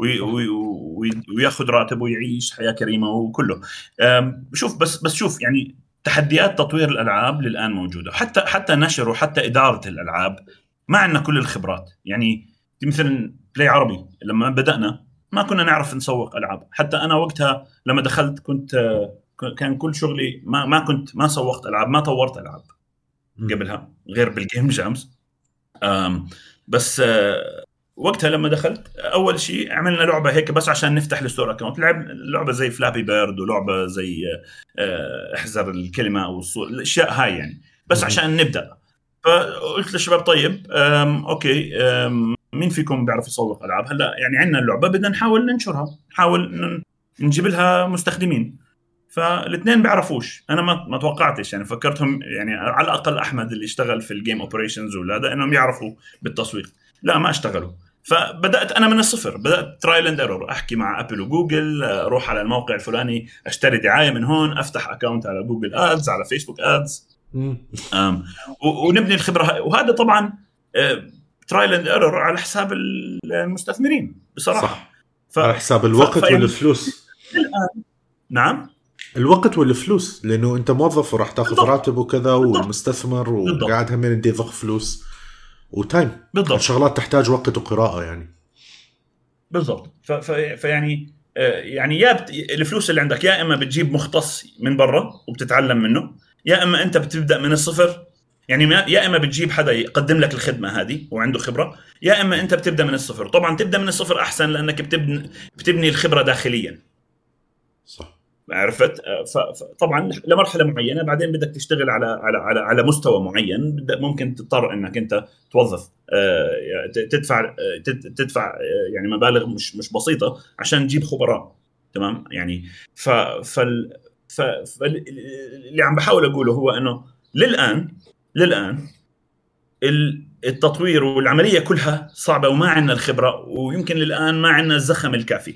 وياخذ راتب ويعيش حياه كريمه وكله. شوف بس شوف يعني تحديات تطوير الالعاب للان موجوده، حتى نشر وحتى اداره الالعاب ما عندنا كل الخبرات. يعني مثلا بلاي عربي لما بدانا ما كنا نعرف نسوق العاب، حتى انا وقتها لما دخلت كان كل شغلي ما سوقت العاب، ما طورت العاب قبلها غير بالجيم جامز. بس وقتها لما دخلت اول شيء عملنا لعبه هيك بس عشان نفتح الستور اكونت، لعبه زي فلابي بيرد، ولعبه زي احذر الكلمه او الاشياء هاي يعني، بس عشان نبدا. فقلت للشباب طيب اوكي، مين فيكم بيعرف يسوق العاب؟ هلا يعني عندنا اللعبه بدنا نحاول ننشرها، نحاول نجيب لها مستخدمين. فالاثنين بيعرفوش، انا ما توقعتش يعني، فكرتهم يعني على الاقل احمد اللي اشتغل في الجيم اوبريشنز ولا انهم يعرفوا بالتسويق. لا ما اشتغلوا. فبدات انا من الصفر، بدات ترايل اند ايرور، احكي مع ابل وجوجل، اروح على الموقع الفلاني اشتري دعايه من هون، افتح اكونت على جوجل ادز، على فيسبوك ادز، ونبني الخبره. وهذا طبعا ترايل اند ايرور على حساب المستثمرين بصراحه. صح. على حساب الوقت والفلوس. نعم الوقت والفلوس، لانه انت موظف وراح تاخذ راتب وكذا، والمستثمر وقاعد هم يدي ضخ فلوس وتايم. الشغلات تحتاج وقت وقراءه يعني. بالضبط. فيعني يعني يا الفلوس اللي عندك يا اما بتجيب مختص من برا وبتتعلم منه، يا اما انت بتبدا من الصفر. يعني يا اما بتجيب حدا يقدم لك الخدمه هذه وعنده خبره، يا اما انت بتبدا من الصفر. طبعا تبدا من الصفر احسن، لانك بتبني الخبره داخليا. صح. عرفت؟ فطبعا لمرحله معينه، بعدين بدك تشتغل على مستوى معين، ممكن تضطر انك انت توظف، تدفع يعني مبالغ مش بسيطه عشان تجيب خبراء. تمام يعني. اللي عم بحاول اقوله هو انه للان التطوير والعمليه كلها صعبه، وما عندنا الخبره، ويمكن للان ما عندنا الزخم الكافي.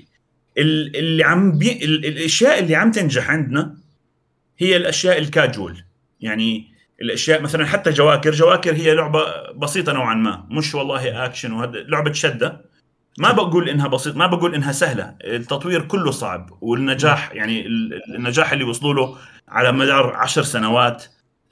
الاشياء اللي عم تنجح عندنا هي الاشياء الكاجوال. يعني الاشياء مثلا حتى جواكر هي لعبه بسيطه نوعا ما، مش والله اكشن وهذا لعبه شده. ما بقول انها بسيط، ما بقول انها سهله، التطوير كله صعب. والنجاح يعني النجاح اللي وصلوا له على مدار 10 سنوات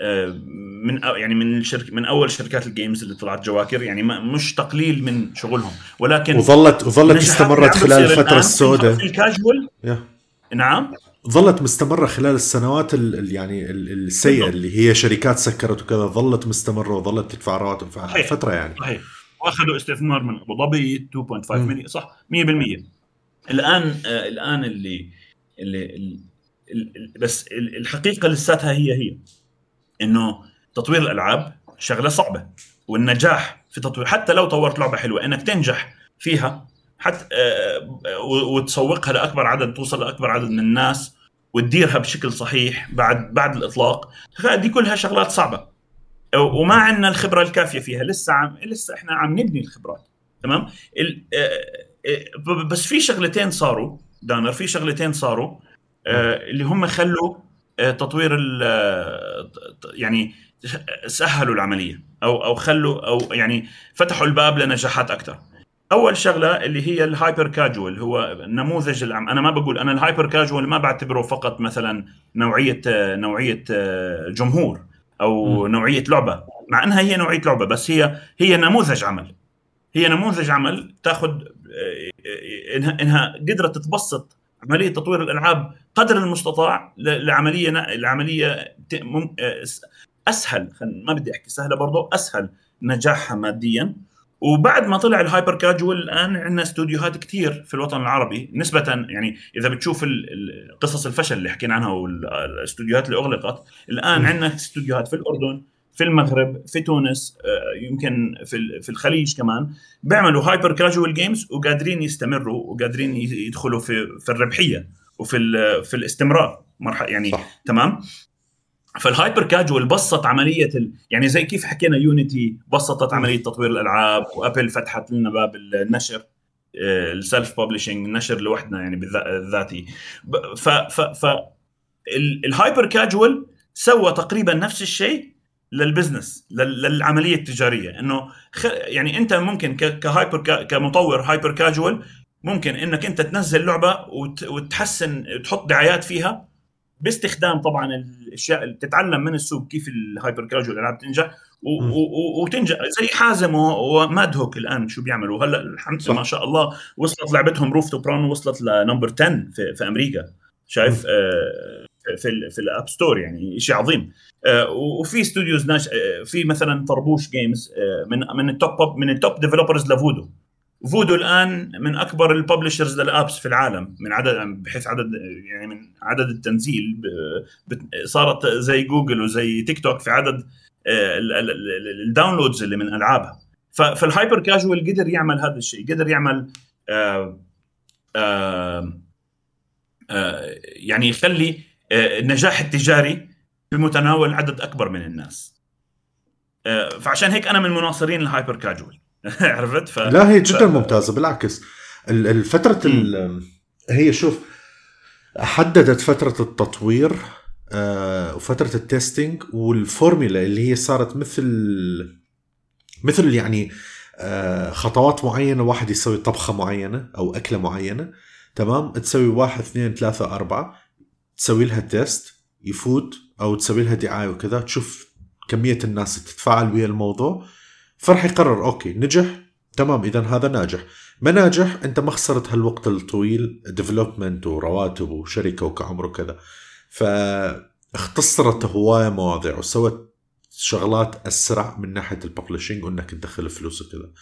من اول شركات الجيمز اللي طلعت جواكر، يعني مش تقليل من شغلهم، ولكن وظلت استمرت خلال الفتره السوداء في الكاجوال. نعم ظلت مستمره خلال السنوات يعني السيئه اللي هي شركات سكرت وكذا، ظلت مستمره وظلت تدفع رواتب فتره يعني. صحيح. واخذوا استثمار من ابو ظبي 2.5 مليون، صح 100%. الان اللي بس الحقيقه لساتها هي انه تطوير الالعاب شغله صعبه، والنجاح في تطوير حتى لو طورت لعبه حلوه انك تنجح فيها حتى وتسوقها لاكبر عدد، توصل لاكبر عدد من الناس، وتديرها بشكل صحيح بعد الاطلاق. فدي كلها شغلات صعبه، وما عندنا الخبره الكافيه فيها. لسه احنا عم نبني الخبرات. تمام. بس في شغلتين صاروا دانر، في شغلتين صاروا اللي هم خلوا تطوير يعني سهلوا العمليه، او خلوا، او يعني فتحوا الباب لنجاحات اكثر. اول شغله اللي هي الهايبر كاجوال، هو نموذج انا ما بقول انا الهايبر كاجوال ما بعتبره فقط مثلا نوعيه جمهور او نوعيه لعبه، مع انها هي نوعيه لعبه، بس هي نموذج عمل. هي نموذج عمل تاخذ انها قدرت تبسط عمليه تطوير الالعاب قدر المستطاع لعمليه اسهل. ما بدي احكي سهله، برضو اسهل نجاحها ماديا. وبعد ما طلع الهايبر كاجوال، الان عندنا استوديوهات كتير في الوطن العربي نسبه، يعني اذا بتشوف قصص الفشل اللي حكينا عنها والاستوديوهات اللي اغلقت، الان عندنا استوديوهات في الاردن، في المغرب، في تونس، يمكن في الخليج كمان، بيعملوا هايبر كاجوال جيمز وقادرين يستمروا وقادرين يدخلوا في الربحيه وفي الاستمرار مرحله يعني. صح. تمام. فالهايبر كاجوال بسط عمليه يعني زي كيف حكينا يونيتي بسطت عمليه تطوير الالعاب، وابل فتحت لنا باب النشر، السيلف ببلشنج، النشر لوحدنا يعني بالذاتي. ف ف ف الهايبر كاجوال سوى تقريبا نفس الشيء للبزنس، للعمليه التجاريه. انه يعني انت ممكن كهايبر كمطور هايبر كاجوال ممكن انك انت تنزل لعبه وتحسن، تحط دعايات فيها باستخدام طبعا الاشياء اللي تتعلم من السوق كيف الهايبر كاجوال الالعاب تنجح وتنجح. زي حازم وماد هوك الان شو بيعملوا هلا الحمد ما شاء الله، وصلت لعبتهم روف تو برون، وصلت لنمبر 10 في امريكا، شايف في الاب ستور، يعني شيء عظيم. وفي استوديوز في مثلا طربوش جيمز من التوب ديفلوبرز لفودو. فودو الان من اكبر الببلشرز للابس في العالم، من عدد، بحيث عدد يعني من عدد التنزيل صارت زي جوجل وزي تيك توك في عدد الداونلودز اللي من العابها. فالهايبر كاجوال قدر يعمل هذا الشيء، قدر يعمل يعني يخلي النجاح التجاري في متناول عدد اكبر من الناس. فعشان هيك انا من مناصرين الهايبر كاجوال. عرفت؟ لا هي جدا ممتازه، بالعكس الفتره هي شوف حددت فتره التطوير وفتره التستينج والفورمولا اللي هي صارت مثل يعني خطوات معينه، واحد يسوي طبخه معينه او اكله معينه، تمام، تسوي 1 2 3 4 تسوي لها تيست يفوت، او تسوي لها دعايه وكذا، تشوف كميه الناس تتفاعل ويا الموضوع، فرح يقرر اوكي نجح تمام، اذا هذا ناجح. ما ناجح انت ما خسرت هالوقت الطويل ديفلوبمنت ورواتب وشركه وكعمر وكذا. فاختصرت هوايه مواضيع وسوت شغلات اسرع من ناحيه الببلشينج وانك تدخل فلوس وكذا.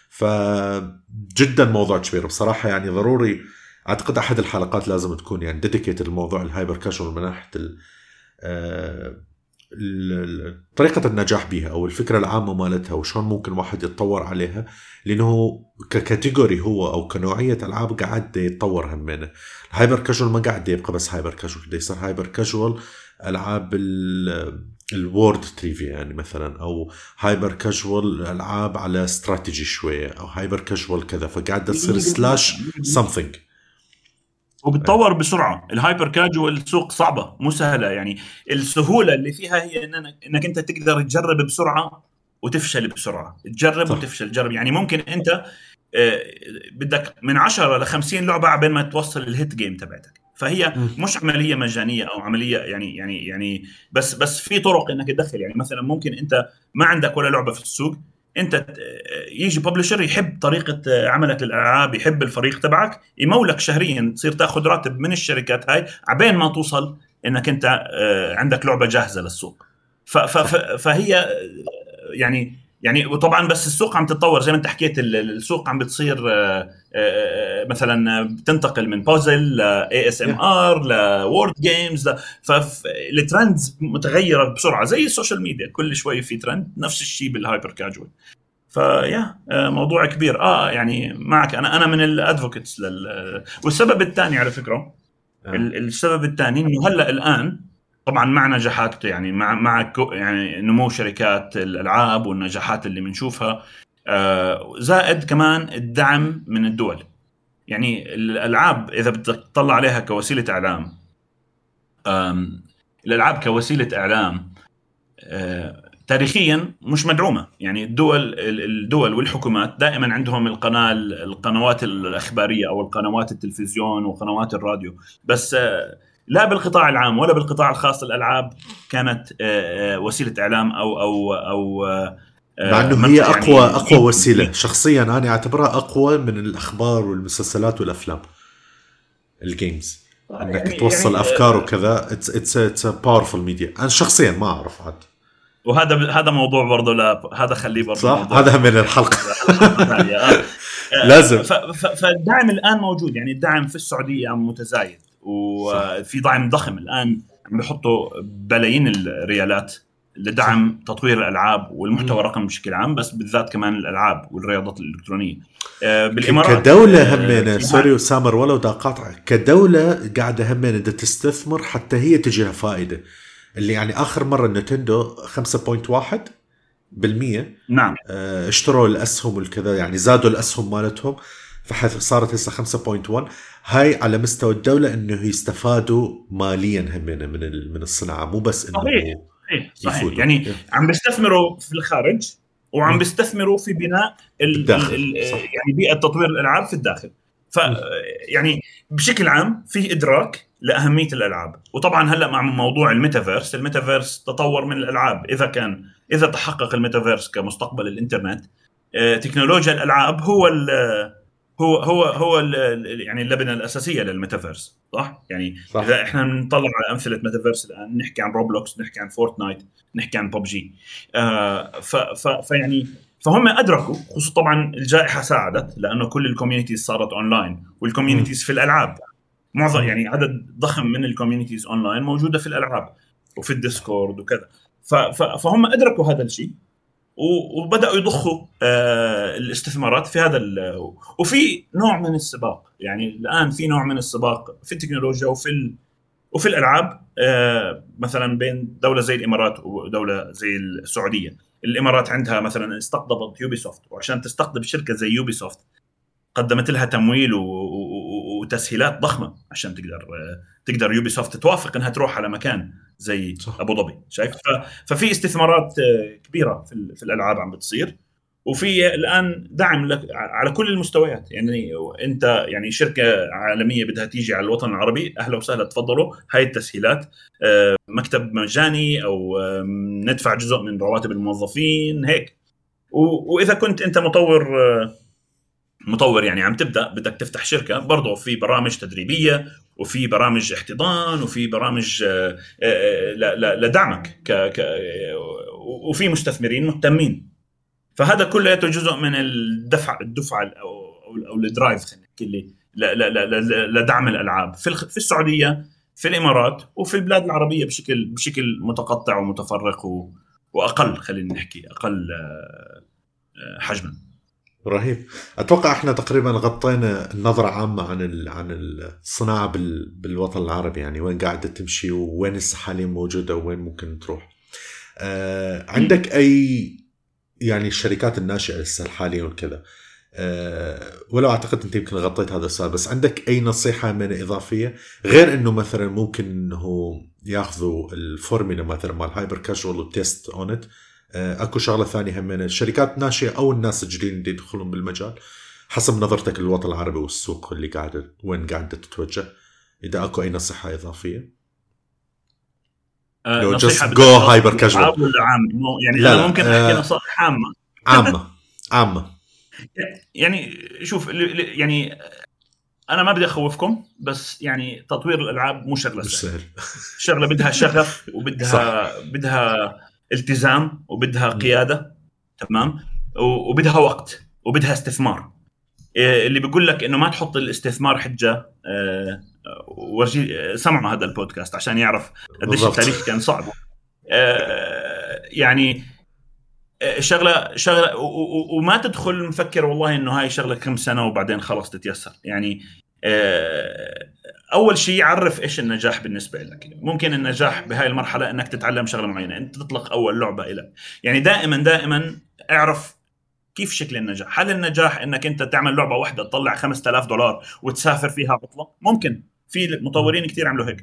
فجدا موضوع كبير بصراحه، يعني ضروري اعتقد احد الحلقات لازم تكون يعني ديديكيتد لموضوع الهايبر كاجوال من ناحيه طريقة النجاح بها أو الفكرة العامة مالتها وشون ممكن واحد يتطور عليها، لأنه ككاتيجوري هو أو كنوعية ألعاب قاعد يتطور همينه. الهايبر كاجوال ما قاعد يبقى بس هايبر كاجوال، ده يصير هايبر كاجوال ألعاب الوورد تريفيا يعني مثلا، أو هايبر كاجوال ألعاب على استراتيجي شوية، أو هايبر كاجوال كذا، فقاعد تصير سلاش something وبتطور بسرعه. الهايبر كاجوال سوق صعبه مو سهله، يعني السهوله اللي فيها هي انك انت تقدر تجرب بسرعه وتفشل بسرعه، تجرب صح. وتفشل، جرب. يعني ممكن انت بدك من 10 ل 50 لعبه عبين ما توصل الهيت جيم تبعتك. فهي مش عمليه مجانيه او عمليه يعني بس في طرق انك تدخل. يعني مثلا ممكن انت ما عندك ولا لعبه في السوق، انت يجي ببلشر يحب طريقه عملك للالعاب، يحب الفريق تبعك، يمولك شهريا، تصير تاخذ راتب من الشركات هاي عبين ما توصل انك انت عندك لعبه جاهزه للسوق. فهي يعني وطبعا بس السوق عم تتطور زي ما انت حكيت، السوق عم بتصير مثلا بتنتقل من بازل ل ASMR لورد جيمز، فالترندز متغيره بسرعه زي السوشيال ميديا، كل شوي في ترند. نفس الشيء بالهايبر كاجوال. فيا موضوع كبير. يعني معك، انا من الادفوكيتس والسبب الثاني على فكره، السبب الثاني انه هلا الان طبعا مع نجاحات، يعني مع يعني نمو شركات الالعاب والنجاحات اللي بنشوفها، زائد كمان الدعم من الدول. يعني الالعاب اذا بدك تطلع عليها كوسيله اعلام، الالعاب كوسيله اعلام تاريخيا مش مدعومه. يعني الدول والحكومات دائما عندهم القنوات الاخباريه او القنوات التلفزيون وقنوات الراديو، بس لا بالقطاع العام ولا بالقطاع الخاص الالعاب كانت وسيله اعلام او مع انه هي اقوى وسيله. شخصيا انا اعتبرها اقوى من الاخبار والمسلسلات والافلام. الجيمز انك توصل افكار وكذا، اتس باورفul ميديا. انا شخصيا ما اعرف عاد، وهذا موضوع برضه، لا هذا خليه برضه موضوع، هذا من الحلقه لازم. فالدعم الان موجود، يعني الدعم في السعوديه متزايد، وفي دعم ضخم الان عم بيحطوا بلايين الريالات لدعم تطوير الالعاب والمحتوى الرقمي بشكل عام، بس بالذات كمان الالعاب والرياضات الالكترونيه بالامارات كدوله. همينه سوري وسامر ولو دا قاطع، كدوله قاعده همينه دا تستثمر حتى هي تجيها فائده. اللي يعني آخر مرة نينتندو 5.1%. نعم. اشتروا الأسهم والكذا، يعني زادوا الأسهم مالتهم، فحيث صارت هسه 5.1. هاي على مستوى الدولة إنه يستفادوا ماليا هم من الصناعة، مو بس إنه صحيح. يعني عم بيستثمروا في الخارج وعم بيستثمروا في بناء يعني بيئة تطوير الألعاب في الداخل. يعني بشكل عام في إدراك لأهمية الألعاب. وطبعا هلأ مع موضوع الميتافيرس تطور من الألعاب. إذا تحقق الميتافيرس كمستقبل الإنترنت، تكنولوجيا الألعاب هو يعني اللبنة الأساسية للميتافيرس، صح؟ يعني صح. إذا إحنا نطلع على أمثلة ميتافيرس الآن، نحكي عن روبلوكس، نحكي عن فورتنايت، نحكي عن ببجي. فيعني فهم أدركوا، خصوصا طبعا الجائحة ساعدت، لأنه كل الكوميونيتيز صارت أونلاين، والكوميونيتيز في الألعاب معظم يعني عدد ضخم من الكوميونيتيز أونلاين موجودة في الألعاب وفي الديسكورد وكذا. فهم أدركوا هذا الشيء وبدأوا يضخوا الاستثمارات في هذا وفي نوع من السباق. يعني الآن في نوع من السباق في التكنولوجيا وفي الألعاب، مثلا بين دولة زي الإمارات ودولة زي السعودية. الإمارات عندها مثلا استقطبت يوبيسوفت، وعشان تستقطب شركة زي يوبيسوفت قدمت لها تمويل وتسهيلات ضخمة عشان تقدر يوبيسوفت توافق انها تروح على مكان زي ابو ظبي. شايف؟ ففي استثمارات كبيرة في الالعاب عم بتصير، وفي الان دعم على كل المستويات. يعني انت يعني شركة عالمية بدها تيجي على الوطن العربي، اهلا وسهلا، تفضلوا، هاي التسهيلات، مكتب مجاني او ندفع جزء من رواتب الموظفين هيك. واذا كنت انت مطور يعني عم تبدأ بدك تفتح شركة، برضو في برامج تدريبية وفي برامج احتضان وفي برامج لدعمك وفي مستثمرين مهتمين. فهذا كله جزء من الدفعة أو الدرايف، خلينا نحكي لدعم الألعاب في السعودية، في الإمارات، وفي البلاد العربية بشكل متقطع ومتفرق وأقل، خلينا نحكي أقل حجما. رهيب. اتوقع احنا تقريبا غطينا النظره عامه عن الصناعه بالوطن العربي، يعني وين قاعده تمشي وين هسه حاليا موجوده وين ممكن تروح. عندك اي يعني الشركات الناشئه هسه حاليا وكذا، ولو اعتقد انت يمكن غطيت هذا السؤال، بس عندك اي نصيحه من اضافيه غير انه مثلا ممكن انه ياخذوا الفورمولا مثلا مال هايبر كاجوال وتيست اون ات؟ اكو شغله ثانيه هم من الشركات الناشئه او الناس الجديدين اللي يدخلون بالمجال، حسب نظرتك للوطن العربي والسوق اللي قاعده وين قاعده تتوجه، اذا اكو اي نصيحه اضافيه؟ نصيحه جو هايبر كاجوال ولا عام؟ يعني لا انا ممكن احكي نصائح عامه. يعني شوف، يعني انا ما بدي اخوفكم، بس يعني تطوير الالعاب مو شغله سهله. شغله بدها شغف بدها التزام وبدها قياده، تمام، وبدها وقت وبدها استثمار. اللي بيقول لك انه ما تحط الاستثمار حجه، ورجي سمعوا هذا البودكاست عشان يعرف قديش التاريخ كان صعب. يعني شغله وما تدخل مفكر والله انه هاي شغله كم سنه وبعدين خلاص تتيسر. يعني اول شيء عرف ايش النجاح بالنسبه لك. ممكن النجاح بهاي المرحله انك تتعلم شغله معينه، انت تطلق اول لعبه لك. يعني دائما اعرف كيف شكل النجاح. هل النجاح انك انت تعمل لعبه واحده تطلع $5000 وتسافر فيها عطله؟ ممكن، في مطورين كتير عملوا هيك.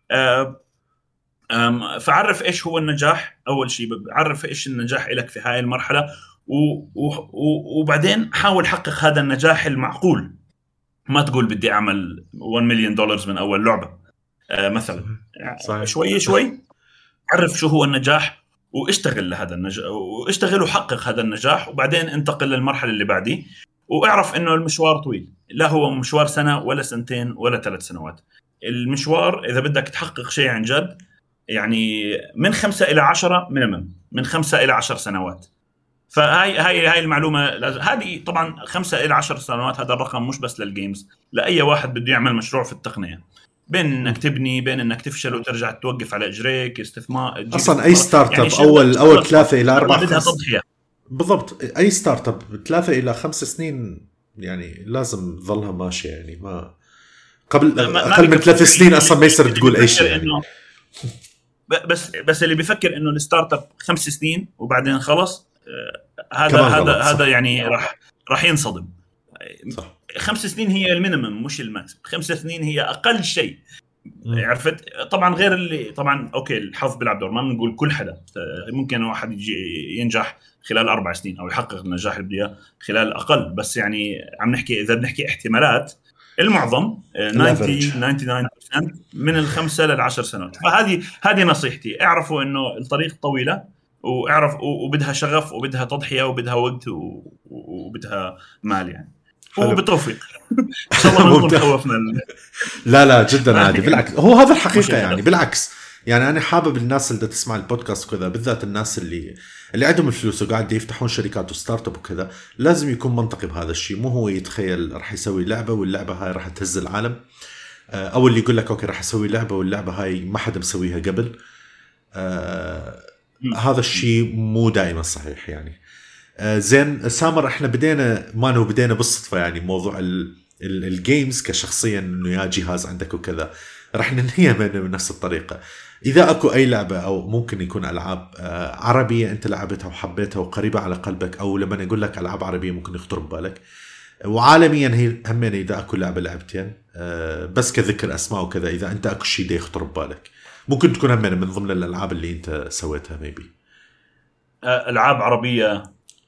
فعرف ايش هو النجاح. اول شيء عرف ايش النجاح لك في هاي المرحله، وبعدين حاول حقق هذا النجاح المعقول. ما تقول بدي اعمل $1 مليون من اول لعبه مثلا. شوي عرف شو هو النجاح واشتغل لهذا النجاح، واشتغل وحقق هذا النجاح، وبعدين انتقل للمرحله اللي بعديه. واعرف انه المشوار طويل، لا هو مشوار سنه ولا سنتين ولا 3 سنوات. المشوار اذا بدك تحقق شيء عن جد يعني من 5 إلى 10 مينيمم، من 5 إلى 10 سنوات. فهاي المعلومة لازم. هذه طبعا 5 إلى 10 سنوات هذا الرقم مش بس للجيمز، لأي واحد بده يعمل مشروع في التقنية، بين انك تبني بين انك تفشل وترجع توقف على اجريك، استثمار اصلا اي ستارت اب يعني اول 3 إلى 4 بدها تضحية. بالضبط، اي ستارت اب 3 إلى 5 سنين يعني لازم ظلها ماشية. يعني ما قبل اقل من 3 سنين اصلا ما يصير تقول اي شيء يعني. بس اللي بيفكر انه الستارت اب 5 سنين وبعدين خلص، هذا كمان هذا غلط، صح. هذا يعني راح ينصدم. صح. 5 سنين هي المينيمم مش الماكس، 5 سنين هي اقل شيء. مم. عرفت؟ طبعا غير اللي طبعا اوكي الحظ بيلعب دور، ما بنقول كل حدا، ممكن واحد يجي ينجح خلال 4 سنين او يحقق النجاح اللي بده اياه خلال اقل، بس يعني عم نحكي اذا بنحكي احتمالات المعظم 99% من ال5 لل10 سنوات. فهذه نصيحتي، اعرفوا انه الطريق طويله، واعرف وبدها شغف وبدها تضحيه وبدها وقت وبدها مال يعني. وبالتوفيق. ان شاء الله ما نكون خوفنا لا جدا عادي، بالعكس هو هذا الحقيقة يعني. بالعكس يعني أنا حابب الناس اللي تسمع البودكاست وكذا، بالذات الناس اللي عندهم الفلوس وقاعد يفتحون شركات وستارت اب وكذا، لازم يكون منطقي بهذا الشيء. مو هو يتخيل راح يسوي لعبة واللعبة هاي راح تهز العالم، أو اللي يقول لك أوكي راح أسوي لعبة واللعبة هاي ما حدا مسويها قبل. هذا الشيء مو دائما صحيح يعني. زين سامر، احنا بدينا بالصدفة يعني موضوع الجيمز كشخصيا، انه يا جهاز عندك وكذا، راح ننهيها بنفس الطريقة. اذا اكو اي لعبة او ممكن يكون العاب عربية انت لعبتها وحبيتها وقريبة على قلبك، او لما نقول لك العاب عربية ممكن يخطر ببالك، وعالميا هي همين اذا اكو لعبة لعبتين بس كذكر اسماء وكذا، اذا انت اكو شيء ده يخطر ببالك ممكن تكون همين من ضمن الالعاب اللي انت سويتها ميبي. العاب عربية،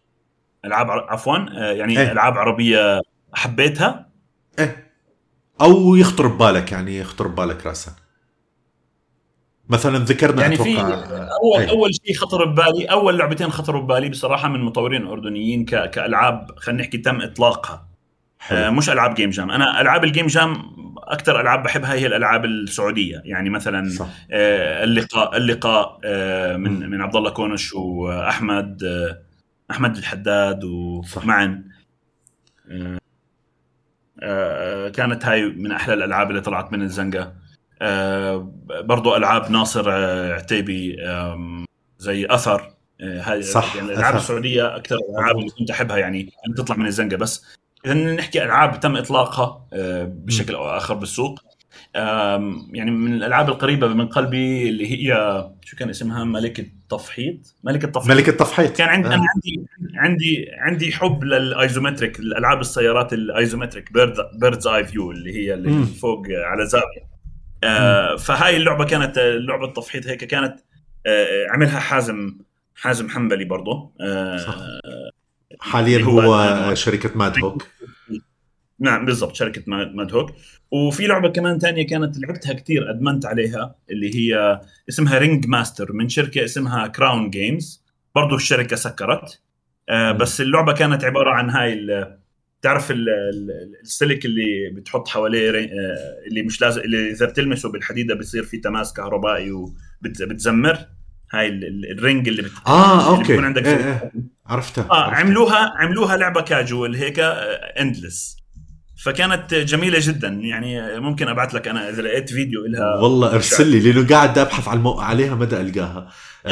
يعني إيه؟ العاب عربية حبيتها ايه، او يخطر ببالك يعني، يخطر ببالك راسا مثلا ذكرنا يعني. اتوقع في اول شيء خطر ببالي، اول لعبتين خطروا ببالي بصراحه من مطورين اردنيين كالعاب خلينا نحكي تم اطلاقها. مش العاب جيم جام. انا العاب الجيم جام اكثر العاب بحبها هي الالعاب السعوديه، يعني مثلا صح. اللقاء من عبد الله كونش واحمد الحداد ومعن. كانت هاي من احلى الالعاب اللي طلعت من الزنقه. برضو العاب ناصر عتيبي زي اثر. هاي يعني الالعاب السعوديه اكثر الالعاب اللي كنت احبها يعني اللي تطلع من الزنقه. بس اذا نحكي العاب تم اطلاقها بشكل او اخر بالسوق، يعني من الالعاب القريبه من قلبي اللي هي شو كان اسمها، ملك التفحيط. كان عندي حب للايزومتريك، الالعاب السيارات الايزومتريك، بيردز اي فيو اللي هي اللي فوق على زاويه. فهاي اللعبه كانت لعبه تفحيط هيك، كانت عملها حازم حنبلي برضه. حاليا هو شركه ماد هوك. نعم بالضبط، شركه ماد هوك. وفي لعبه كمان تانية كانت لعبتها كتير، ادمنت عليها، اللي هي اسمها رينج ماستر من شركه اسمها كراون جيمز، برضه الشركه سكرت. بس اللعبه كانت عباره عن هاي تعرف السلك اللي بتحط حواليه، اللي مش لازم، اللي اذا بتلمسه بالحديده بيصير في تماس كهربائي وبتزمر. هاي الرينج اللي اوكي بيكون عندك عرفتها. عملوها لعبه كاجوال هيك اندلس. فكانت جميله جدا يعني. ممكن ابعث لك انا اذا لقيت فيديو لها، والله ارسل لي، لانه قاعد ابحث عليها مدى القاها.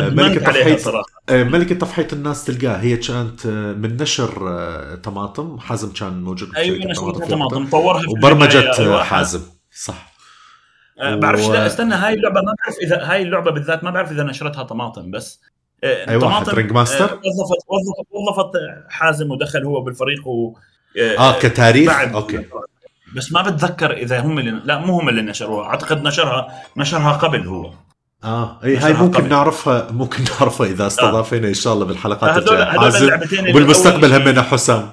ملك التفحيط الناس تلقاها. هي كانت من نشر طماطم، حازم كان موجود. ايوه نشر طماطم، طورها وبرمجة حازم صح. بعرفش لا استنى، هاي اللعبه ما بعرف اذا هاي اللعبه بالذات ما بعرف اذا نشرتها طماطم، بس طماطم رينج ماستر وظفت حازم ودخل هو بالفريق كتاريخ اوكي. بس ما بتذكر اذا هم لا مو هم اللي نشروها، اعتقد نشرها قبل هو. هاي ممكن نعرفها اذا استضافينا ان شاء الله بالحلقات الجايه حازم، وبالمستقبل همنا حسام.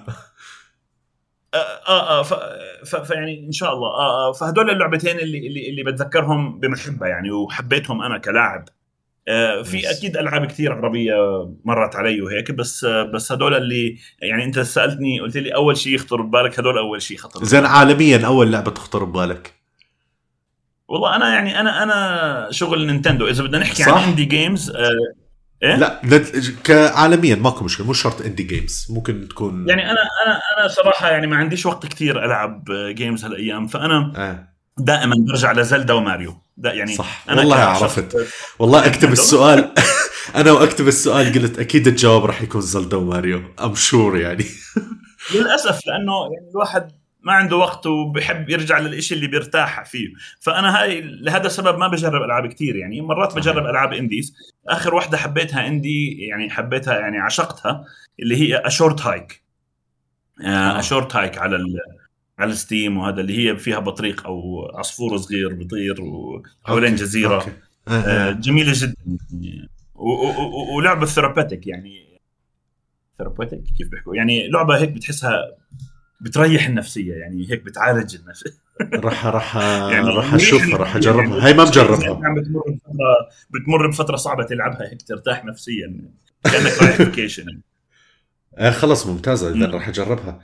يعني ان شاء الله. فهدول اللعبتين اللي بتذكرهم بمحبه يعني، وحبيتهم انا كلاعب. في اكيد العاب كثير عربيه مرت علي وهيك، بس هدول اللي يعني انت سالتني قلت لي اول شيء يخطر ببالك، هدول اول شيء خطر. زين عالميا اول لعبه تخطر ببالك؟ والله انا يعني انا شغل نينتندو اذا بدنا نحكي عن اندي جيمز. إيه؟ لا كعالميا ماكو مشكله، مو شرط اندي جيمز، ممكن تكون يعني انا صراحه يعني ما عنديش وقت كثير العب جيمز هالايام، فانا دائما برجع لزلدا وماريو. ده يعني صح. أنا والله عرفت، والله اكتب السؤال انا واكتب السؤال قلت اكيد الجواب راح يكون زلدا وماريو ام شور يعني. للاسف لانه يعني الواحد ما عنده وقت وبحب يرجع للإشي اللي بيرتاح فيه. فأنا هاي لهذا السبب ما بجرب ألعاب كتير، يعني مرات صحيح. بجرب ألعاب إنديز. آخر واحدة حبيتها إندي يعني حبيتها يعني عشقتها، اللي هي أشورت هايك. أشورت هايك على الستيم، وهذا اللي هي فيها بطريق أو عصفور صغير بيطير وحوالين اوكي اوكي. جزيرة. جميلة جدا ولعبة ثيرابيتك، يعني ثيرابيتك كيف بيحكوا، يعني لعبة هيك بتحسها بتريح النفسية، يعني هيك بتعالج النفس. راح يعني راح مريحة اشوفها، راح نفسيا، يعني اجربها، هاي ما إذا أنت مجربها. عم بتمر بفترة صعبة تلعبها هيك ترتاح نفسيا، كأنك رايح فيكيشن. خلص ممتازة، إذا راح أجربها.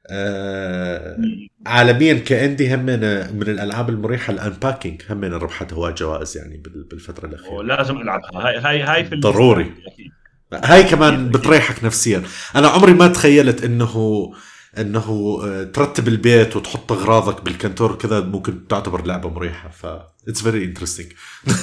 عالميا كأندي هم من الألعاب المريحة. الأنباكينج هم من ربحت هواي جوائز يعني بالفترة الأخيرة. ولازم ألعبها، هاي في الليستة ضروري. عندي أكيد. هاي أكيد كمان أكيد. بتريحك نفسيا. أنا عمري ما تخيلت إنه ترتب البيت وتحط أغراضك بالكنتور كذا ممكن تعتبر لعبة مريحة. it's very interesting.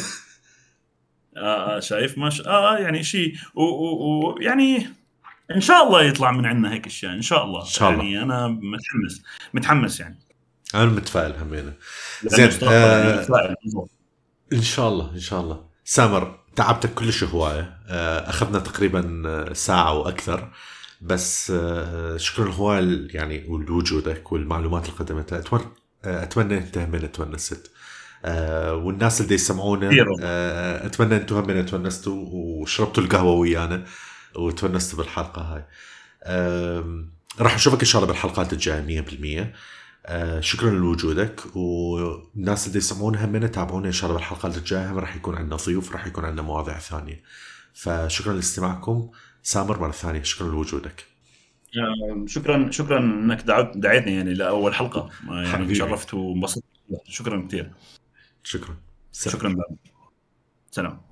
شايف مش يعني شيء يعني ان شاء الله يطلع من عندنا هيك اشياء ان شاء إن الله. شاء الله. يعني انا متحمس يعني أنا متفائل همينة. زين. للمستقبل، يعني متفائل. ان شاء الله ان شاء الله. سامر، تعبتك كلش هوايه. اخذنا تقريبا ساعه واكثر، بس شكرا هوايه يعني ولوجودك والمعلومات اللي قدمتها. اتمنى انت هم تونست، والناس اللي يسمعونا كثير. اتمنى انتم هم تونستوا وشربتوا القهوه ويانا وتونستوا بالحلقه هاي. راح نشوفك ان شاء الله بالحلقات الجايه 100%. شكرا لوجودك، والناس اللي يسمعونها همنا تابعونا ان شاء الله بالحلقات الجايه، راح يكون عندنا ضيوف، راح يكون عندنا مواضيع ثانيه. فشكرا لاستماعكم. سامر مرة ثانية شكرا لوجودك. شكرا انك دعيتني يعني لاول حلقه، يعني حبيبي. تشرفت وانبسطت. شكرا كثير. شكرا. شكرا. سلام.